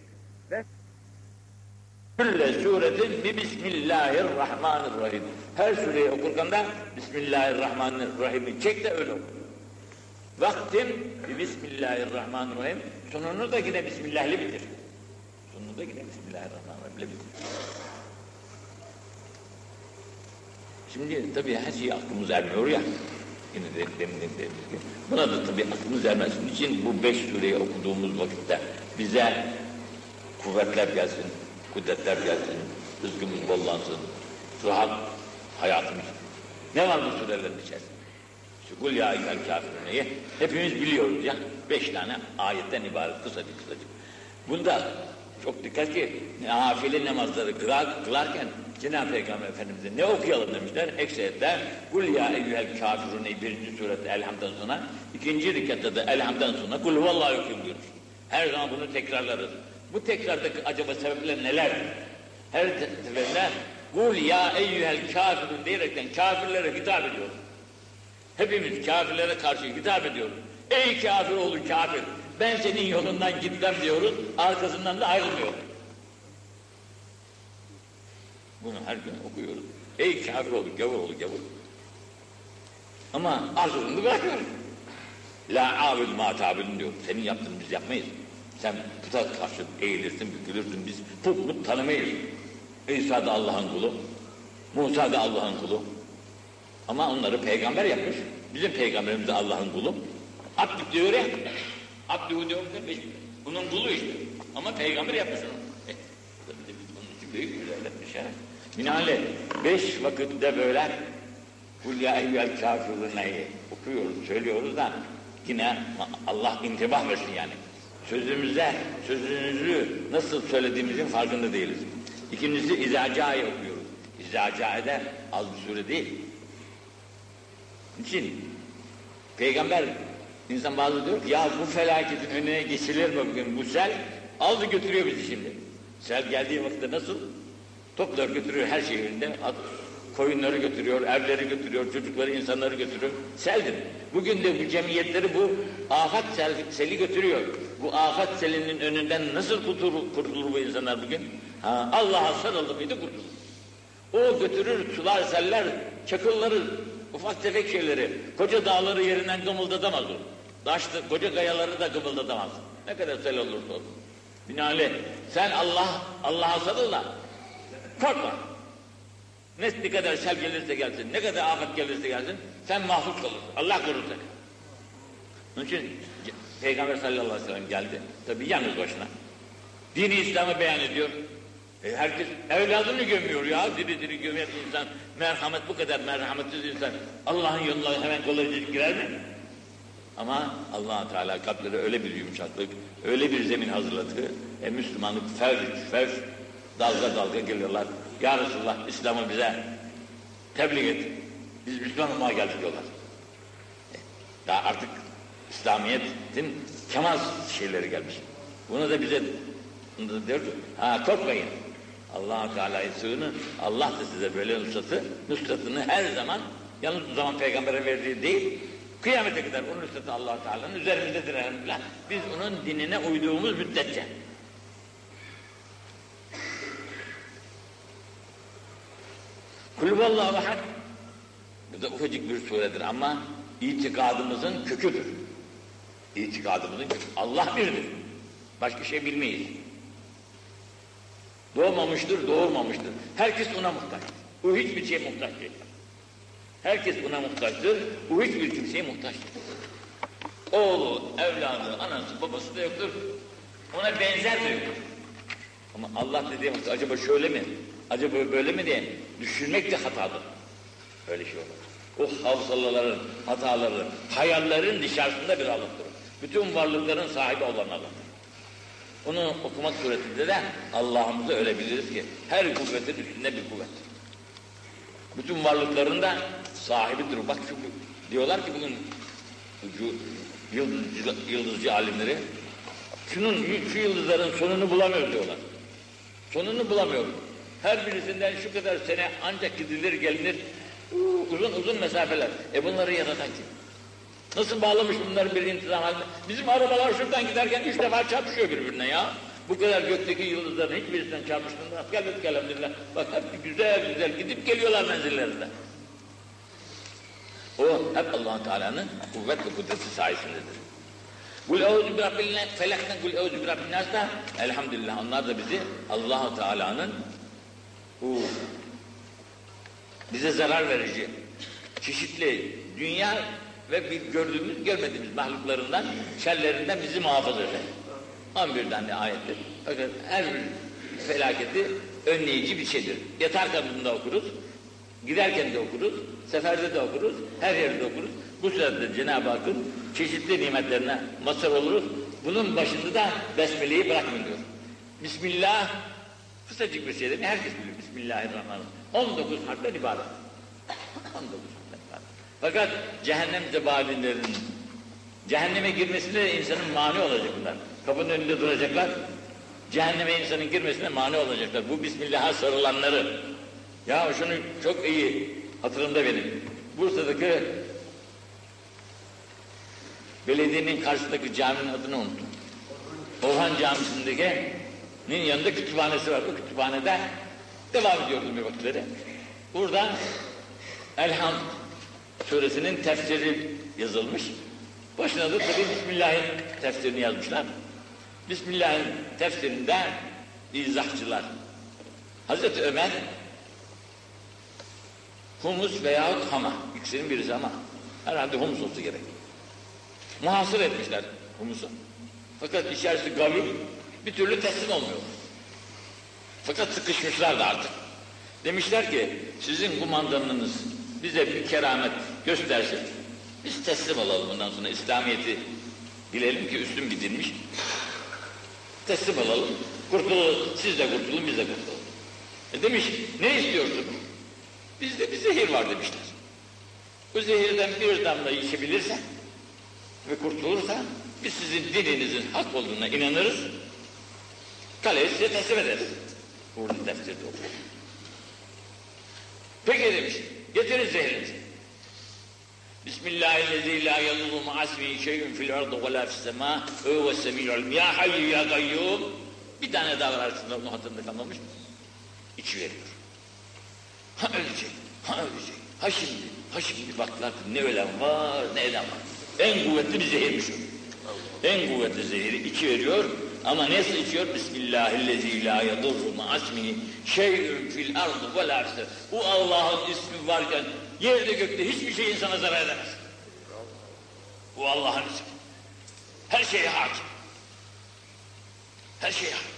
Külle suretin bi bismillahirrahmanirrahim. Her sureyi okurken de Bismillahirrahmanirrahim'i çek de öyle oku. Vaktim Bismillahirrahmanirrahim. Sonunu da yine Bismillah'li bitir. Sonunu da yine Bismillahirrahmanirrahim'le bitir. Şimdi tabii her şey aklımız ermiyor ya. Yine de demin dediğimiz gibi. Buna da tabii aklımız ermez. Niçin bu 5 sureyi okuduğumuz vakitte bize kuvvetler gelsin, kudretler gelsin, rızkımız bollansın, sıhhat hayatımız. Ne var bu surelerin içerisinde? İşte Kul ya eyyuhel kafirüneyi hepimiz biliyoruz ya. 5 tane ayetten ibaret kısacık. Bunda çok dikkat ki nafile namazları kılarken Cenab-ı Peygamber Efendimiz'e ne okuyalım demişler. Ekseriyetler Kul ya eyyuhel kafirüneyi 1. surette Elham'dan sonra, 2. rekatta da Elham'dan sonra Kul huvallahu okuyun buyurmuş. Her zaman bunu tekrarlarız. Bu tekrardaki acaba sebepler neler? Her seferinde Kul ya eyyuhel kafirun diyerekten kafirlere hitap ediyor. Hepimiz kafirlere karşı hitap ediyoruz. Ey kafir oğlu kafir, ben senin yolundan gitmem diyoruz, arkasından da ayrılmıyoruz. Bunu her gün okuyoruz. Ey kafir oğlu, gavur oğlu, gavur. Ama arkasını bırakıyoruz. La abid ma tabidun diyor. Senin yaptığını biz yapmayız. Sen puta karşı eğilirsin, bükülürsün. Biz put tanımayız. İsa da Allah'ın kulu. Musa da Allah'ın kulu. Ama onları peygamber yapmış. Bizim peygamberimiz de Allah'ın kulu. Abdü diyor ya. Abdü diyor demiş. Bunun kulu işte. Ama peygamber yapmış onu. Onun için büyük güzelletmiş ha. Binaenaleyh 5 vakitte böyle Kul ya eyyuhel kafirüneyi okuyoruz, söylüyoruz da yine Allah intibah versin yani. Sözünüzü nasıl söylediğimizin farkında değiliz. İkincisi İzâ-Câ'yı okuyoruz. İzâ-Câ'de az bir sure değil. Niçin? Peygamber, insan bazı diyor ki, ya bu felaketin önüne geçilir mi bugün bu sel? Aldı götürüyor bizi şimdi. Sel geldiği vakitte nasıl? Toplar götürüyor her şeyi önünde. Koyunları götürüyor, evleri götürüyor, çocukları, insanları götürüyor. Seldir. Bugün de bu cemiyetleri bu afet seli götürüyor. Bu afet selinin önünden nasıl kurtulur bu insanlar bugün? Allah'a sarıldı mıydı kurtulur. O götürür sular, seller, çakılları, ufak tefek şeyleri, koca dağları yerinden gımıldatamaz o. Daştı, koca kayaları da gımıldatamaz. Ne kadar sel olursa olsun. Binaenaleyh sen Allah'a sarıl da korkma. Ne kadar sel gelirse gelsin, ne kadar afet gelirse gelsin, sen mahfuz kalırsın. Allah korur seni. Onun için Peygamber sallallahu aleyhi ve sellem geldi. Tabii yalnız başına. Dini İslam'ı beyan ediyor. Herkes evladını gömüyor ya, diri gömer insan. Merhamet, bu kadar merhametsiz insan Allah'ın yoluna hemen kolayca girer mi? Ama Allah Teala kalplere öyle bir yumuşaklık, öyle bir zemin hazırladı ki Müslümanlık fevç dalga geliyorlar. Ya Resulullah, İslam'ı bize tebliğ et. Biz Müslüman olmaya geldik diyorlar. Daha artık İslamiyet'in kemal şeyleri gelmiş. Bunu da bize diyor ki, korkmayın. Allah-u Teala'yı sığının. Allah da size böyle nusratını her zaman, yalnız o zaman peygambere verdiği değil, kıyamete kadar o nusratı Allah-u Teala'nın üzerimizdedir elhamdülillah. Biz onun dinine uyduğumuz müddetçe. Kulüvallahu ahad. Bu da ufacık bir suredir ama itikadımızın köküdür. İtikadımızın kökü. Allah birdir. Başka şey bilmeyiz. Doğmamıştır, doğurmamıştır. Herkes ona muhtaçtır. O hiçbir şeye muhtaç değil. Herkes ona muhtaçtır. O hiçbir kimseye muhtaçtır. Oğlu, evladı, anası, babası da yoktur. Ona benzer de yoktur. Ama Allah dediğimiz acaba şöyle mi? Acaba böyle mi diye düşünmek de hatadır. Öyle şey olmaz. O havsaların, hataların, hayallerin dışarısında bir Allah'tır. Bütün varlıkların sahibi olan Allah'tır. Onu okumak suretiyle de Allah'ımızı öyle biliriz ki her kuvvetin üstünde bir kuvvet. Bütün varlıkların da sahibidir. Bak şu diyorlar ki bugün yıldızcı alimleri şu yıldızların sonunu bulamıyor diyorlar. Sonunu bulamıyor. Her birisinden şu kadar sene ancak gidilir gelinir. Uzun mesafeler. Bunları yaratan kim? Nasıl bağlamış bunların bir intizam haline? Bizim arabalar şuradan giderken 3 defa çarpışıyor birbirine ya. Bu kadar gökteki yıldızların hiçbirisinden çarpıştığında geldik elhamdülillah. Bak hep güzel gidip geliyorlar menzillerinde. O hep Allah-u Teala'nın kuvvet ve kudreti sayesindedir. Kul eûzü birabbil felak'tan kul eûzü birabbin nas da elhamdülillah onlar da bizi Allah-u Teala'nın bu bize zarar verici çeşitli dünya ve bir gördüğümüz görmediğimiz mahluklarından, şerlerinden bizi muhafaza eder. 11 tane ayettir. Fakat her bir felaketi önleyici bir şeydir. Yatarken bunu da okuruz, giderken de okuruz, seferde de okuruz, her yerde okuruz. Bu sırada Cenab-ı Hakk'ın çeşitli nimetlerine mazhar oluruz. Bunun başında da Besmele'yi bırakmayın diyor. Bismillah, kısacık bir şey değil mi? Herkes bilir. Bismillahirrahmanirrahim. 19 harften ibaret. 19 harften ibaret. Fakat cehennem zebalinlerinin cehenneme girmesine de insanın mani olacak bunlar. Kapının önünde duracaklar. Cehenneme insanın girmesine mani olacaklar. Bu Bismillah'a sarılanları. Ya şunu çok iyi hatırımda benim. Bursa'daki belediyenin karşısındaki caminin adını unuttum. Orhan Camisi'ndekinin yanında kütüphanesi var. O kütüphanede devam ediyordum bir vakitleri. Burada Elhamd suresinin tefsiri yazılmış. Başına da tabii Bismillah'ın tefsirini yazmışlar. Bismillah'ın tefsirinde izahçılar. Hazreti Ömer humus veyahut hama, ikisinin birisi ama herhalde humus olsa gerek. Muhasır etmişler humusu. Fakat içerisi gavil, bir türlü teslim olmuyor. Fakat sıkışmışlar da artık. Demişler ki, sizin kumandanınız bize bir keramet göstersin, biz teslim olalım bundan sonra. İslamiyet'i bilelim ki üstün gidilmiş. Teslim olalım, kurtulalım, siz de kurtulun, biz de kurtulalım. Demiş, ne istiyorsun? Bizde bir zehir var demişler. Bu zehirden bir damla içebilirsen ve kurtulursa, biz sizin dininizin hak olduğuna inanırız, kaleyi size teslim ederiz. Burada tefsirde okuyor. Peki demiş, getirin zehrinizi. Bismillahirrahmanirrahim. La yadurru ma'asmihi şey'un fil ardı ve la fissemâ ve huves semî'ul alim. Ya hayyu ya gayyum. Bir tane daha var arasında, onun hatırında kalmamış. İçi veriyor. Ha ölecek, ha ölecek. Ha şimdi baklar ne ölen var, ne eden var. En kuvvetli bir zehirmiş o. En kuvvetli zehiri içi veriyor. Ama nasıl içiyor? Bismillahirrahmanirrahim. La yadurru ma'asmihi şey'un fil ardı ve la fissemâ. Bu Allah'ın ismi varken yerde gökte hiçbir şey insana zarar edemez. Bu Allah'ın ismi. Her şeye hakim. Her şeye hakim.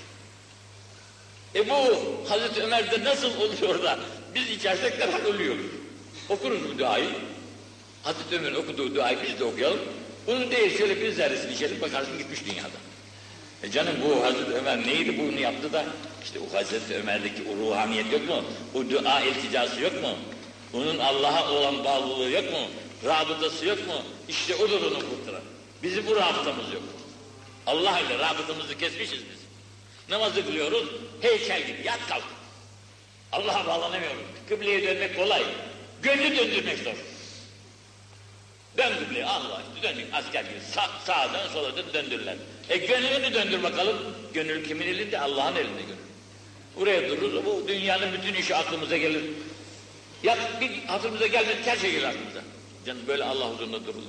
Bu Hazreti Ömer'de nasıl oluyor da biz içersek derhal ölüyoruz. Okuruz bu duayı. Hazreti Ömer'in okuduğu duayı biz de okuyalım. Bunu değil şöyle bir zerresini içelim bakarsın gitmiş dünyada. Canım bu Hazreti Ömer neydi bunu yaptı da işte o Hazreti Ömer'deki o ruhaniyet yok mu? O dua ilticası yok mu? Onun Allah'a olan bağlılığı yok mu? Rabıtası yok mu? İşte odur onu kurtaran. Bizim bu rabıtamız yok. Allah ile rabıtamızı kesmişiz biz. Namazı kılıyoruz, heykel gibi yat kalk. Allah'a bağlanamıyoruz. Kıbleye dönmek kolay. Gönlü döndürmek zor. Dön kıbleye, Allah işte döndük asker gibi. Sağdan sola döndürürler. Gönlünü döndür bakalım. Gönül kimin elinde? Allah'ın elinde gönül. Buraya dururuz, bu dünyanın bütün işi aklımıza gelir. Ya bir hatırımıza gelmedik her şey gelir aklımıza. Canım böyle Allah huzurunda durulur.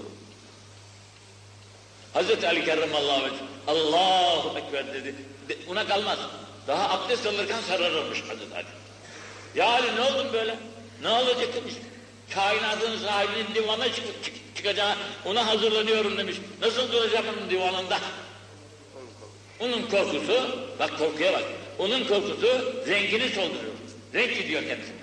Hazreti Ali Kerremallahu Vecih, Allahu Ekber dedi. Buna kalmaz. Daha abdest alırken sararırmış Hazreti Ali. Ya Ali ne oldun böyle? Ne olacak demiş. Kainatın sahibinin divana çıkacağı, ona hazırlanıyorum demiş. Nasıl duracağım onun divanında? Onun korkusu, bak korkuya bak. Onun korkusu rengini solduruyor. Renk gidiyor kendisine.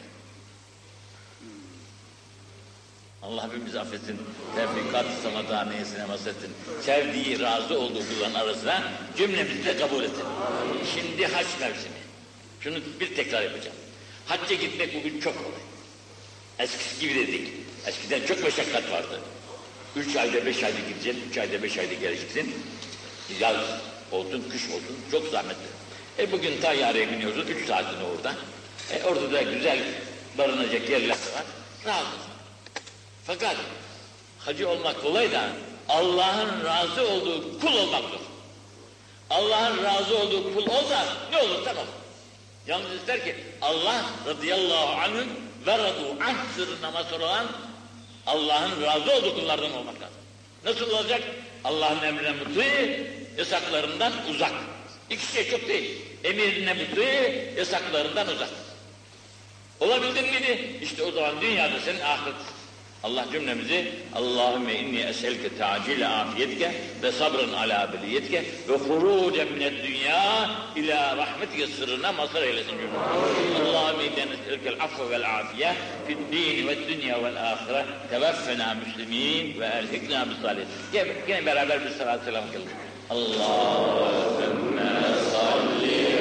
Allah hepimizi affetsin. Tevfikat-ı samadaniyesine vasfetsin. Sevdiği, razı olduğu kulların arasına cümlemizi de kabul etsin. Şimdi hac mevsimi. Şunu bir tekrar yapacağım. Hacca gitmek bugün çok kolay. Eskisi gibi de değil. Eskiden çok meşakkat vardı. 3 ayda 5 ayda gideceksin, 3 ayda 5 ayda geleceksin. Yaz olsun, kış olsun, çok zahmetli. Bugün tayyareye biniyoruz, 3 saatini orada. Orada da güzel barınacak yerler var. Rahatız. Fakat hacı olmak kolay da Allah'ın razı olduğu kul olmak zor. Allah'ın razı olduğu kul ol da ne olur tamam. Yalnız ister ki Allah radıyallahu anh'ın ve radu anh sırrına mazhar olan Allah'ın razı olduğu kullardan olmak lazım. Nasıl olacak? Allah'ın emrine muti, yasaklarından uzak. İki şey çok değil. Emrine muti, yasaklarından uzak. Olabildin miydi? İşte o zaman dünyada senin ahiret. Allah cümlemizi Allahümme inni eselke ta'cile afiyetke ve sabrın ala beliyetke ve hurucen mined dünya ila rahmetike sırrına mazhar eylesin cümlemizi. Allahümme inni eselkel affe vel afiye fid dini ve dünya vel ahire tevaffena müslimin ve elhikna bis salihin. Gene beraber bir salatü selam kılın. Allahümme salli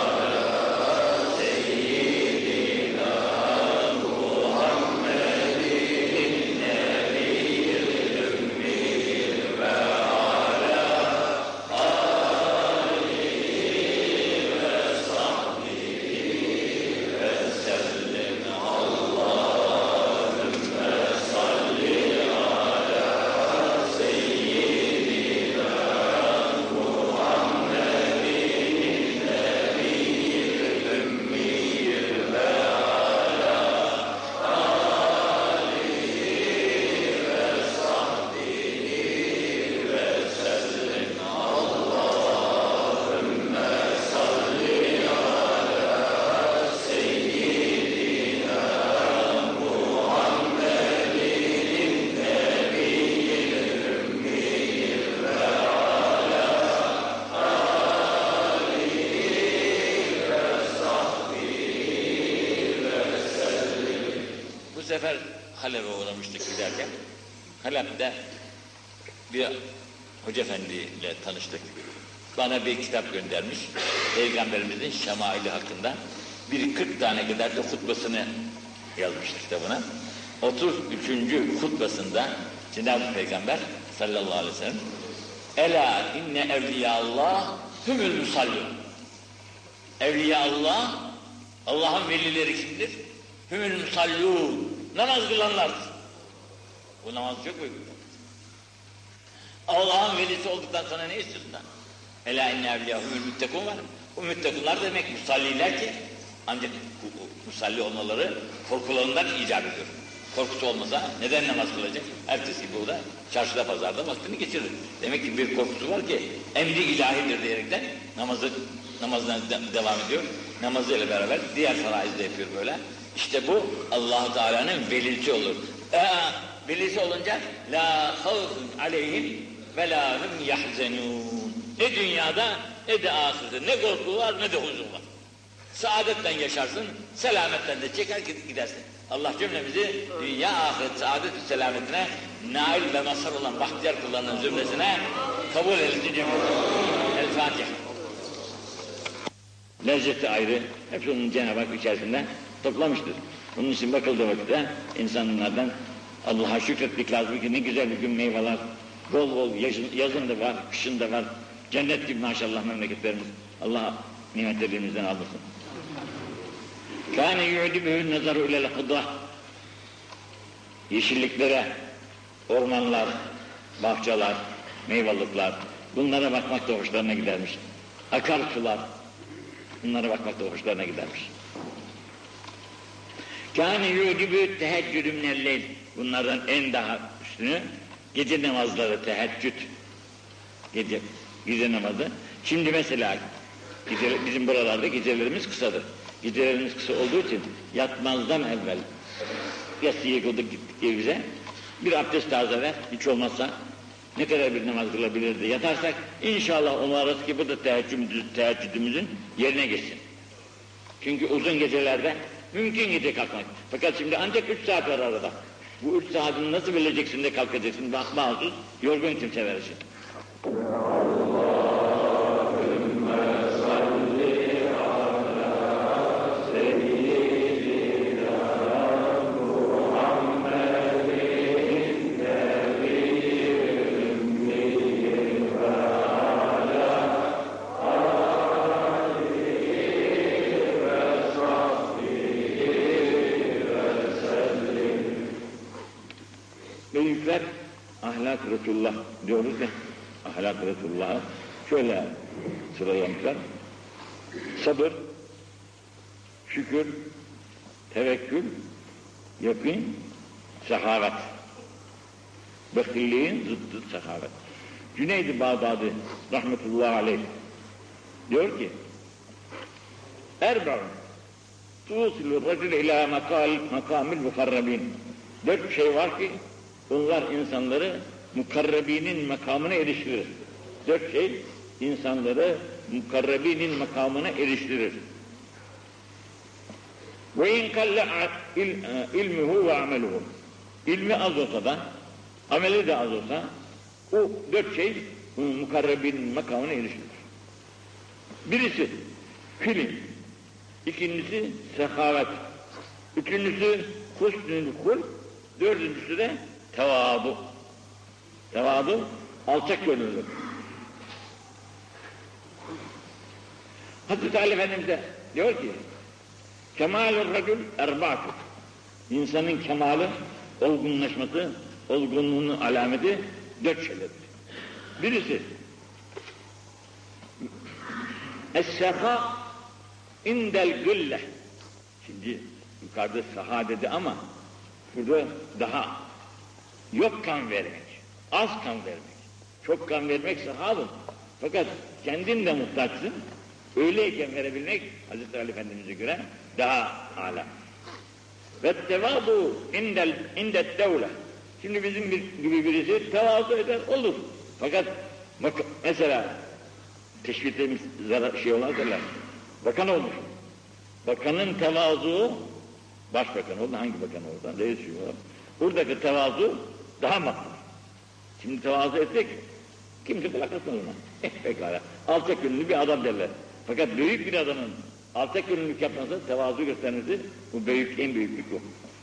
Halep'e uğramıştık giderken. Halep'te bir hoca efendiyle tanıştık. Bana bir kitap göndermiş. Peygamberimizin şemaili hakkında. Bir 40 tane kadar da hutbasını yazmıştı kitabına. 33. hutbasında Cenab-ı Peygamber sallallahu aleyhi ve sellem Ela inne evliyallah hümül musallun. Evliyallah, Allah'ın velileri kimdir? Hümül musallun. Namaz kılanlardır. Bu namaz çok uygun. Allah'ın velisi olduktan sonra ne istiyorsun lan? Ela inne evliyahumul müttekun var. Bu müttekunlar demek musalliler ki ancak musalli olmaları korkularından icap ediyor. Korkusu olmasa neden namaz kılacak? Ertesi gibi o da çarşıda pazarda vaktini geçirir. Demek ki bir korkusu var ki emri ilahidir diyerekten namazdan devam ediyor. Namazıyla beraber diğer faraiz de yapıyor böyle. İşte bu Allah-u Teala'nın velisi olur. Velisi olunca la havfun aleyhim ve la hum yahzenun. Ne dünyada ne de ahirette ne korku var ne de huzur var. Saadetten yaşarsın, selametten de çeker gidersin. Allah cümlemizi dünya ahiret saadet ve selametine nail ve mazhar olan bahtiyar kullarının zümresine kabul eylesin cümlemizi. El Fatiha. Lezzeti ayrı, hepsi onun Cenab-ı Hak içerisinde toplamıştır. Bunun için bakıldığı vakitte insanlardan Allah'a şükretmek lazım ki ne güzel bir gün meyveler, bol bol yazın da var, kışın da var. Cennet gibi maşallah memleketlerimiz. Allah nimetlerimizden aldırsın. Kâne yu'dibühün nazaru ilel hıdah. Yeşilliklere, ormanlar, bahçeler, meyvalıklar, bunlara bakmak da hoşlarına gidermiş. Akarsular, bunlara bakmak da hoşlarına gidermiş. Kâne yu'dibü teheccüdü minelleyl. Bunlardan en daha üstünü gece namazları, teheccüd. Gece namazı. Şimdi mesela bizim buralarda gecelerimiz kısadır. Gecelerimiz kısa olduğu için yatmazdan evvel yatsıyı kıldık gittik evimize. Bir abdest tazeler, hiç olmazsa ne kadar bir namaz kılabiliriz de yatarsak inşallah umarız ki bu da teheccüdümüzün yerine geçsin. Çünkü uzun gecelerde mümkün gece kalkmak. Fakat şimdi ancak 3 saat var arada. Bu 3 saatini nasıl bileceksin de kalkacaksın? Mahsus, yorgun kimseler için. Büyükler ahlak Resulullah diyoruz ya, ahlak Resulullah'ı şöyle sıralamışlar. Sabır, şükür, tevekkül, yakin, sehavet. Bekilliğin zıttı sehavet. Cüneyd-i Bağdadi rahmetullahi aleyh diyor ki Erba'un tuğsilur racil ila makamil mukarrabin. 4 şey var ki bunlar insanları mukarrabinin makamına eriştirir. 4 şey insanları mukarrabinin makamına eriştirir. Ve in kalle ilmuhu ve ameluhu. İlmi az olsa da, ameli de az olsa, o 4 şey mukarrabinin makamına eriştirir. Birisi hilim, ikincisi sehavet, üçüncüsü husnül hulk, dördüncüsü de tevadu. Tevadu, alçak gönüllülük. Hazreti Ali Efendimiz de diyor ki, Kemalur racul erba'tu. İnsanın kemali, olgunlaşması, olgunluğunun alameti 4 şeylerdir. Birisi, es-seha indel gülle. Şimdi yukarıda saha dedi ama burada daha yok kan vermek, az kan vermek, çok kan vermek sahadır. Fakat kendin de muhtaçsın, öyleyken verebilmek Hazreti Ali Efendimiz'e göre daha âlâ. Ve tevâdu indet devle. Şimdi bizim gibi birisi tevazu eder, olur. Fakat mesela teşbihimiz şey olan derler, bakan olmuş. Bakanın tevazu, başbakan oldu, hangi bakan oldu, reis olur. Buradaki tevazu daha makbul. Şimdi tevazu etsek, kimse kulakasın ona. Pekala, alçak gönüllü bir adam derler. Fakat büyük bir adamın alçak gönüllülük yapması, tevazu göstermesi, bu büyük, en büyüklük bu.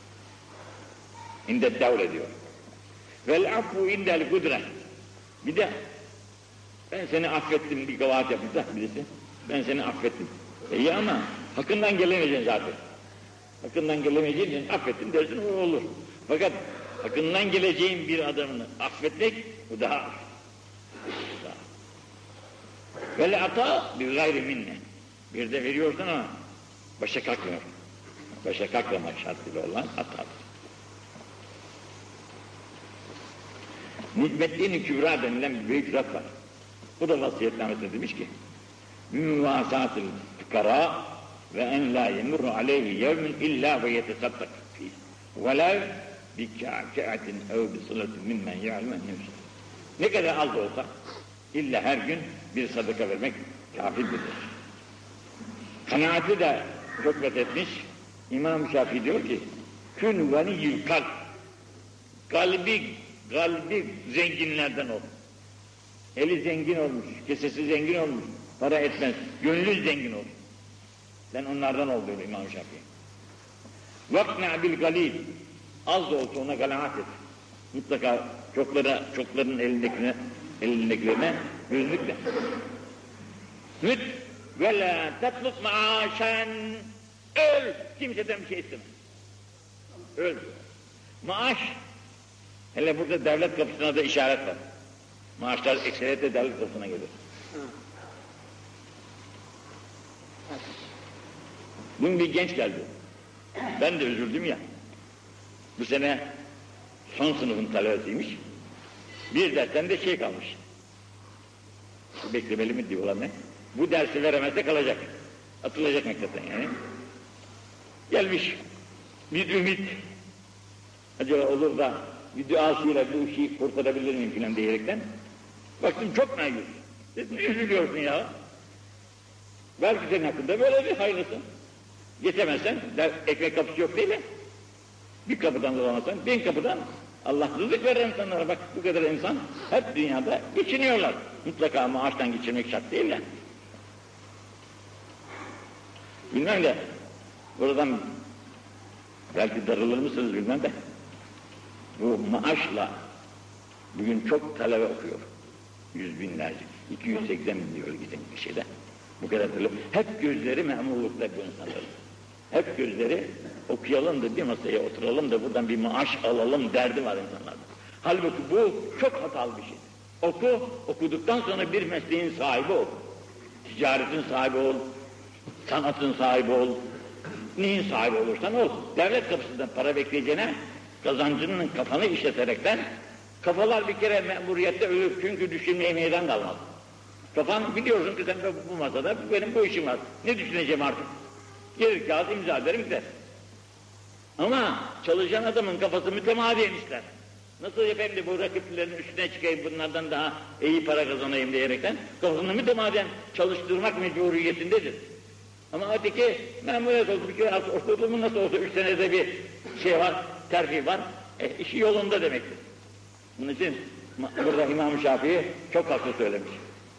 İndet devle diyor. Vel affu indel kudre. Bir de ben seni affettim, bir kabahat yapmışsa birisi, ben seni affettim. İyi ama hakkından gelemeyeceksin zaten. Hakkından gelemeyeceğin için affettim dersin, o olur. Fakat hakkından geleceğin bir adamını affetmek, bu daha az. Vel ata bir gayri minne. Bir de veriyorsun ama başa kalkmıyor. Başa kalkmamak şartıyla olan hatadır. Nimettin-i Kübra denilen bir büyük zat var. Bu da vasiyetnamesinde demiş ki Müvasâtil fıkara ve en la yemurru aleyhi yevmin illa ve yetesaddak fîh ve la bi kâ'atin ev bi sılatin mimmen ya'lem nefsih. Ne kadar az olsa illa her gün bir sadaka vermek kâfidir. Kanaati de çok methetmiş. İmam Şafii diyor ki kün ganiyyül kalp, kalbi zenginlerden ol. Eli zengin olmuş, kesesi zengin olmuş, para etmez, gönlü zengin olur. Sen onlardan ol diyor İmam Şafii. Vakna bil galil, az da olsa ona galaat et. Mutlaka çokların elindekilerine gözlükle. Müt ve la tatluk maaşen, öl, kimseden bir şey isteme. Öl. Maaş, hele burada devlet kapısına da işaret var. Maaşlar ekseriyetle devlet kapısına gelir. Dün bir genç geldi. Ben de üzüldüm ya. Bu sene son sınıfın talebesiymiş. Bir dersten de şey kalmış. Beklemeli mi diyorlar ne? Bu dersi veremezse kalacak. Atılacak mektepten yani. Gelmiş. Bir ümit. Acaba olur da bir duasıyla bu işi kurtarabilir miyim filan diyerekten. Baktım çok nayiz. Dedim üzülüyorsun ya. Belki senin hakkında böyle bir hayırlısı. Geçemezsen, ekmek kapısı yok değil mi? Bir kapıdan dolanırsan, 1000 kapıdan Allah rızık verir insanlara. Bak bu kadar insan hep dünyada geçiniyorlar. Mutlaka maaştan geçirmek şart değil ya. Bilmem de, buradan belki darılır mısınız bilmem de, bu maaşla bugün çok talebe okuyor. 100 binlerce, 280 bin diyor giden bir şeyde. Bu kadar talebe. Hep gözleri memurlukta bu insanların. Hep gözleri okuyalım da bir masaya oturalım da buradan bir maaş alalım derdi var insanlarda. Halbuki bu çok hatalı bir şey. Oku, okuduktan sonra bir mesleğin sahibi ol. Ticaretin sahibi ol, sanatın sahibi ol, neyin sahibi olursan ol. Devlet kapısından para bekleyeceğine, kazancının kafanı işleterekten Kafalar bir kere memuriyette ölür çünkü düşünmeye meydan kalmaz. Kafan biliyorsun ki sen de bu masada benim bu işim var. Ne düşüneceğim artık? Gelir kağıt imza ederim gider. Ama çalışan adamın kafası mütemadiyen işler. Nasıl yapayım da bu rakiplerin üstüne çıkayım bunlardan daha iyi para kazanayım diyerekten kafasını mütemadiyen çalıştırmak mecburiyetindedir. Ama öteki memuriyet oldu bir kere ortalığımın nasıl olsa 3 senede bir şey var, terfi var, işi yolunda demektir. Bunun için burada İmam-ı Şafii çok haklı söylemiş.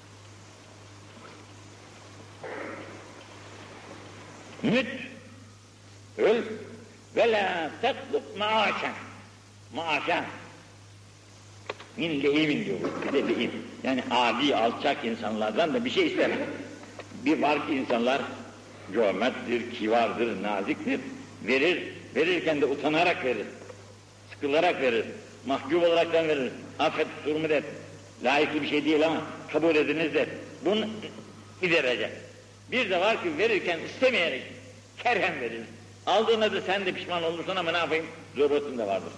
Müt, öl ve la teklub maaşen. Maaşen. Min lehimin diyor. Lehim. Yani adi, alçak insanlardan da bir şey istemem. Bir var ki insanlar cömerttir, kivardır, naziktir. Verirken de utanarak verir. Sıkılarak verir. Mahcup olaraktan verir. Affet, durumu der. Layıklı bir şey değil ama kabul ediniz der. Bunun bir derece. Bir de var ki verirken istemeyerek, kerhen verir. Aldığına da sen de pişman olursun ama ne yapayım? Zorbatın da vardır.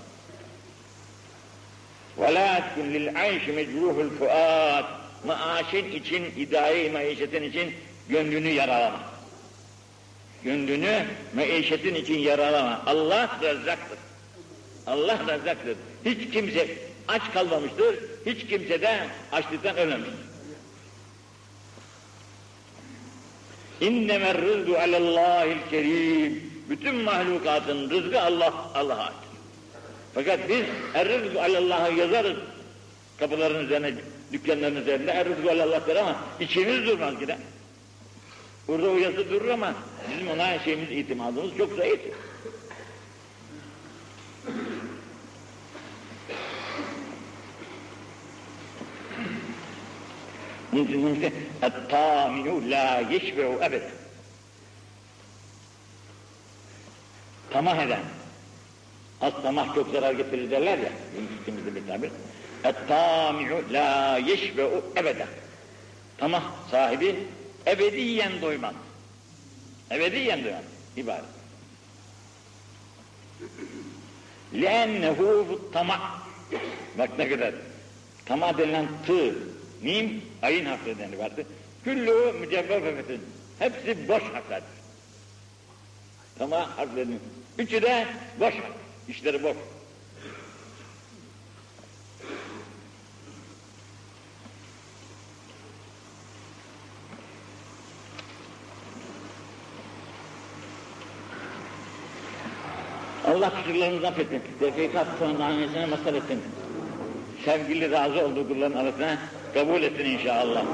وَلَاكِنْ لِلْعَيْشِ مَجْرُوهُ الْفُؤَادِ Maaşın için, idare-i maişetin için gönlünü yaralama. Gönlünü maişetin için yaralama. Allah rezzaktır. Allah rezzaktır. Hiç kimse aç kalmamıştır, hiç kimse de açlıktan ölmemiştir. اِنَّمَا الرِّزْقُ عَلَى اللّٰهِ الْكَرِيمِ Bütün mahlukatın rızkı Allah'a ait. Fakat biz er-rızku alallah'ı yazarız kapıların üzerine, dükkanların üzerinde er-rızku alallah'tır ama içimiz durmaz gider. Burada o yazı durur ama bizim ona itimadımız çok zayıf. Bunun için et-tâminu lâ yeşbe'u ebed. Tamah eden. Az tamah çok zarar getirir derler ya, üstümüzde bir tabir. Et-tâmi'u lâ yeşbe'u ebeden. Tamah sahibi ebediyen doymaz. Ebediyen doymaz. İbaret. لَاَنَّهُ tamah. Bak ne kadar. Tamah denilen tı, mim, ayın harflerinden vardı. Küllü mücevvefefetin. Hepsi boş harflerdir. Tamah harflerinin. Üçü de boş harf. İşleri boş. Allah kusurlarımızı affetsin. Defikat sonlanmasına mazhar etsin. Sevgili razı olduğu kulların arasına kabul etsin inşallah.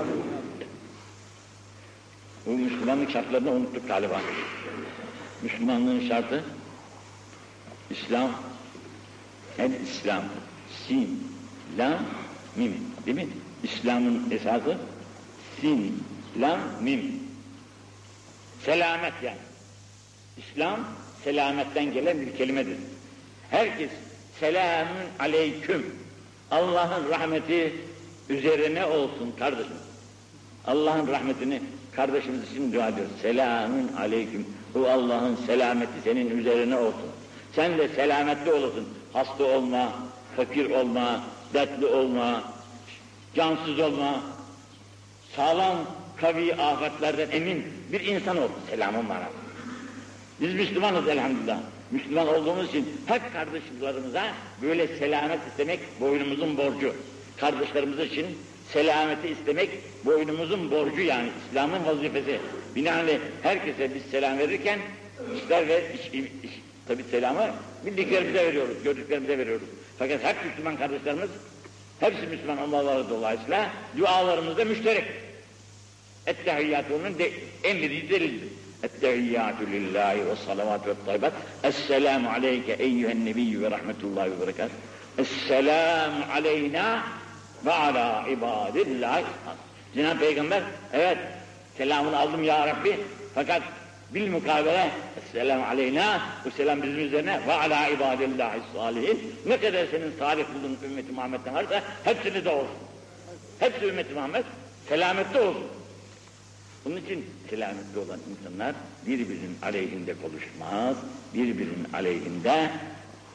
Bu Müslümanlık şartlarını unuttuk galiba. Müslümanlığın şartı İslam, el-İslam, sin, lam, mim, değil mi? İslam'ın esası sin, lam, mim. Selamet yani. İslam, selametten gelen bir kelimedir. Herkes selamun aleyküm. Allah'ın rahmeti üzerine olsun kardeşim. Allah'ın rahmetini kardeşimiz için dua ediyoruz. Selamun aleyküm. Bu Allah'ın selameti senin üzerine olsun. Sen de selametli olasın. Hasta olma, fakir olma, dertli olma, cansız olma. Sağlam, kavi afetlerden emin bir insan ol. Selamın bana. Biz Müslümanız elhamdülillah. Müslüman olduğumuz için hep kardeşlerimize böyle selamet istemek boynumuzun borcu. Kardeşlerimiz için selameti istemek boynumuzun borcu yani İslam'ın vazifesi. Binaenaleyh herkese biz selam verirken işler ve tabi selamı bildiklerimize veriyoruz, gördüklerimize veriyoruz. Fakat hep Müslüman kardeşlerimiz, hepsi Müslüman olmaları dolayısıyla dualarımızda müşterek. Et-tehiyyatü onun emri delildir. Et-tehiyyatü lillahi ve salavatü ve tayyibat. Esselamu aleyke eyyühen nebiyyü ve rahmetullahi ve berekat. Esselamu aleyna ve ala ibadillahi. Cenab-ı Peygamber, evet selamını aldım ya Rabbi, fakat bilmukabele esselamu aleyna, bu selam bizim üzerine ve ala ibadillahi salihin. Ne kadar senin salih bulduğun ümmeti Muhammed'den varsa hepsini de olsun. Hepsi ümmeti Muhammed selamette olsun. Bunun için selametli olan insanlar birbirinin aleyhinde konuşmaz, birbirinin aleyhinde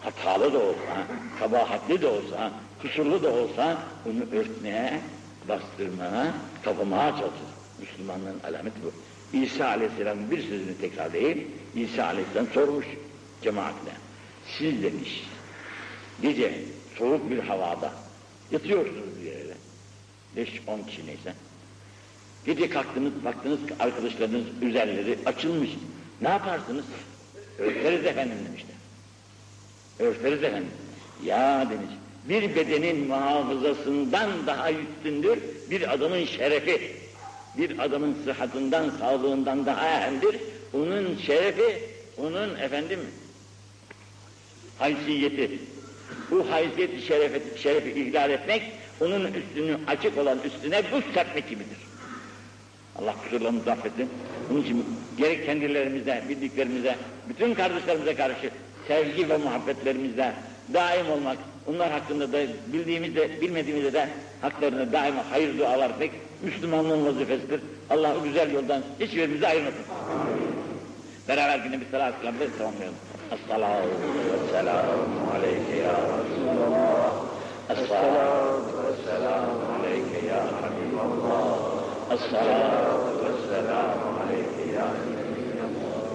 hatalı da olsa, kabahatli de olsa, kusurlu da olsa onu örtmeye, bastırmaya, kapamaya çalışır. Müslümanlığın alameti bu. İsa Aleyhisselam'ın bir sözünü tekrarlayıp, İsa Aleyhisselam sormuş cemaatine. Siz demiş, gece soğuk bir havada yatıyorsunuz bir yere, 5-10 kişi neyse. Gece kalktınız, baktınız ki arkadaşlarınız üzerleri açılmış. Ne yaparsınız? Örteriz efendim demişler. Örteriz efendim. Ya demiş, bir bedenin muhafazasından daha üstündür bir adamın şerefi. Bir adamın sıhhatından, sağlığından daha önemlidir. Onun şerefi, onun efendim haysiyeti. Bu haysiyeti, şerefi ihlal etmek, onun üstünü açık olan üstüne buz serpmek gibidir. Allah kusurlarımızı affetsin. Bunun için gerek kendilerimize, bildiklerimize, bütün kardeşlerimize karşı sevgi ve muhabbetlerimizde daim olmak, onlar hakkında da bildiğimizde, bilmediğimizde de haklarına daima hayır dualar etmek Müslümanlığın vazifesidir. Allah o güzel yoldan hiçbirimizi ayırmasın. Beraber yine bir salat kılamda tamamlayalım. Esselatu vesselamu aleyke ya Resulallah. Esselatu vesselamu aleyke ya Habiballah. Esselatu vesselamu aleyke ya Resulallah.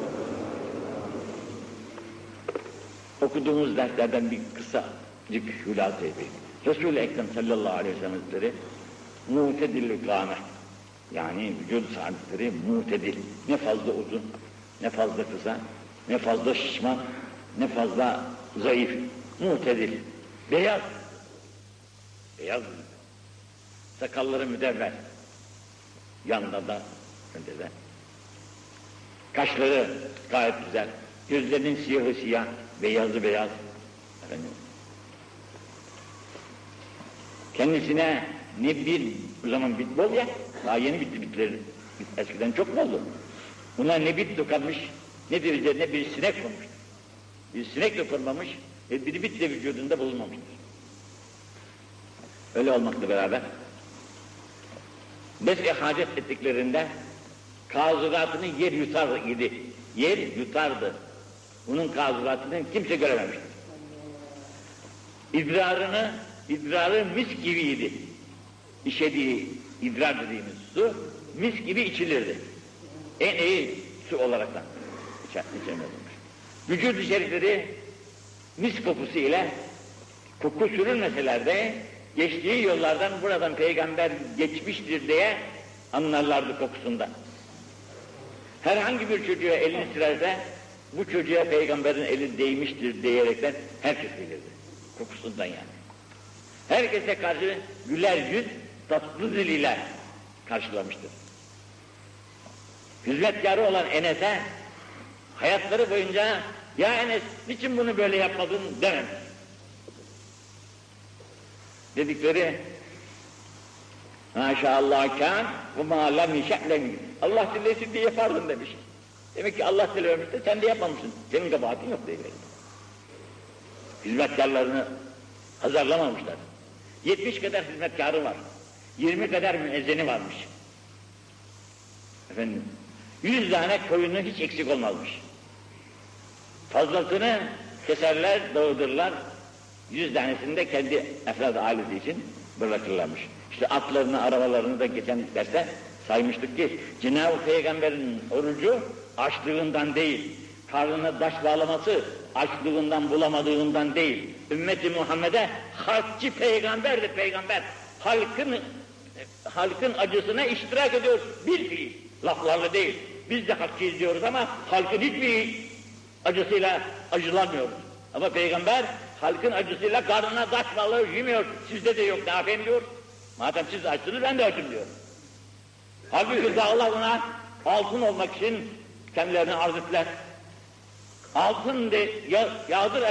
Okuduğumuz derslerden bir kısacık hülasa edeyim. Resul-i Ekrem sallallahu aleyhi ve sellem Hazretleri mutedil ikame, yani vücut saadetleri mutedil, ne fazla uzun, ne fazla kısa, ne fazla şişman, ne fazla zayıf, mutedil, beyaz, beyaz, sakalları müdevver, yanında da, önde de, kaşları gayet güzel, gözlerinin siyahı siyah, beyazı beyaz, efendim. Kendisine ne bir, o zaman bit bol ya, daha yeni bitti bitleri, eskiden çok boldu. Buna ne bit dokanmış, ne de üzerine bir sinek konmuş. Bir sinek dokunmamış, bir bit de vücudunda bulunmamıştır. Öyle olmakla beraber, beş-i hacet ettiklerinde, kazıratını yer yutar idi, yer yutardı. Bunun kazıratını kimse görememiştir. İdrarı mis gibiydi. İşediği idrar dediğimiz su, mis gibi içilirdi. En iyi su olaraktan içemezmiş. Vücut-u şerifleri mis kokusu ile koku sürülmeseler de geçtiği yollardan buradan peygamber geçmiştir diye anlarlardı kokusunda. Herhangi bir çocuğa elini sürerse bu çocuğa peygamberin eli değmiştir diyerekten herkes bilirdi. Kokusundan yani. Herkese karşı güler yüz, tatlı dil ile karşılamıştır. Hizmetkarı olan Enes'e hayatları boyunca ya Enes niçin bunu böyle yapmadın dememiş. Dedikleri maşallah kân ve mâ lem yeşe'lem, Allah dilesin diye yapardın demiş. Demek ki Allah dilememiş de sen de yapmamışsın. Senin kabahatin yok diye. Hizmetkarlarını hazırlamamışlar. 70 kadar hizmetkarı var. 20 kadar müezzini varmış. Efendim, 100 tane koyunu hiç eksik olmazmış. Fazlasını keserler, dağıtırlar. 100 tanesini de kendi efrad-ı ailesi için bırakırlarmış. İşte atlarını, arabalarını da geçen derste saymıştık ki Cenab-ı Peygamber'in orucu açlığından değil, karnına taş bağlaması açlığından bulamadığından değil. Ümmeti Muhammed'e halkçı peygamberdir peygamber. Halkın acısına iştirak ediyor bir fiil, laflarla değil. Biz de halkçıyız diyoruz ama halkın hiçbir acısıyla acılanmıyoruz. Ama peygamber halkın acısıyla karnına taş bağlıyor, yemiyor. Sizde de yok, ne yapayım diyor. Madem siz açsınız ben de açım diyor. Halbuki dağlar ona altın olmak için kendilerini arz ettiler. Altın de yağdır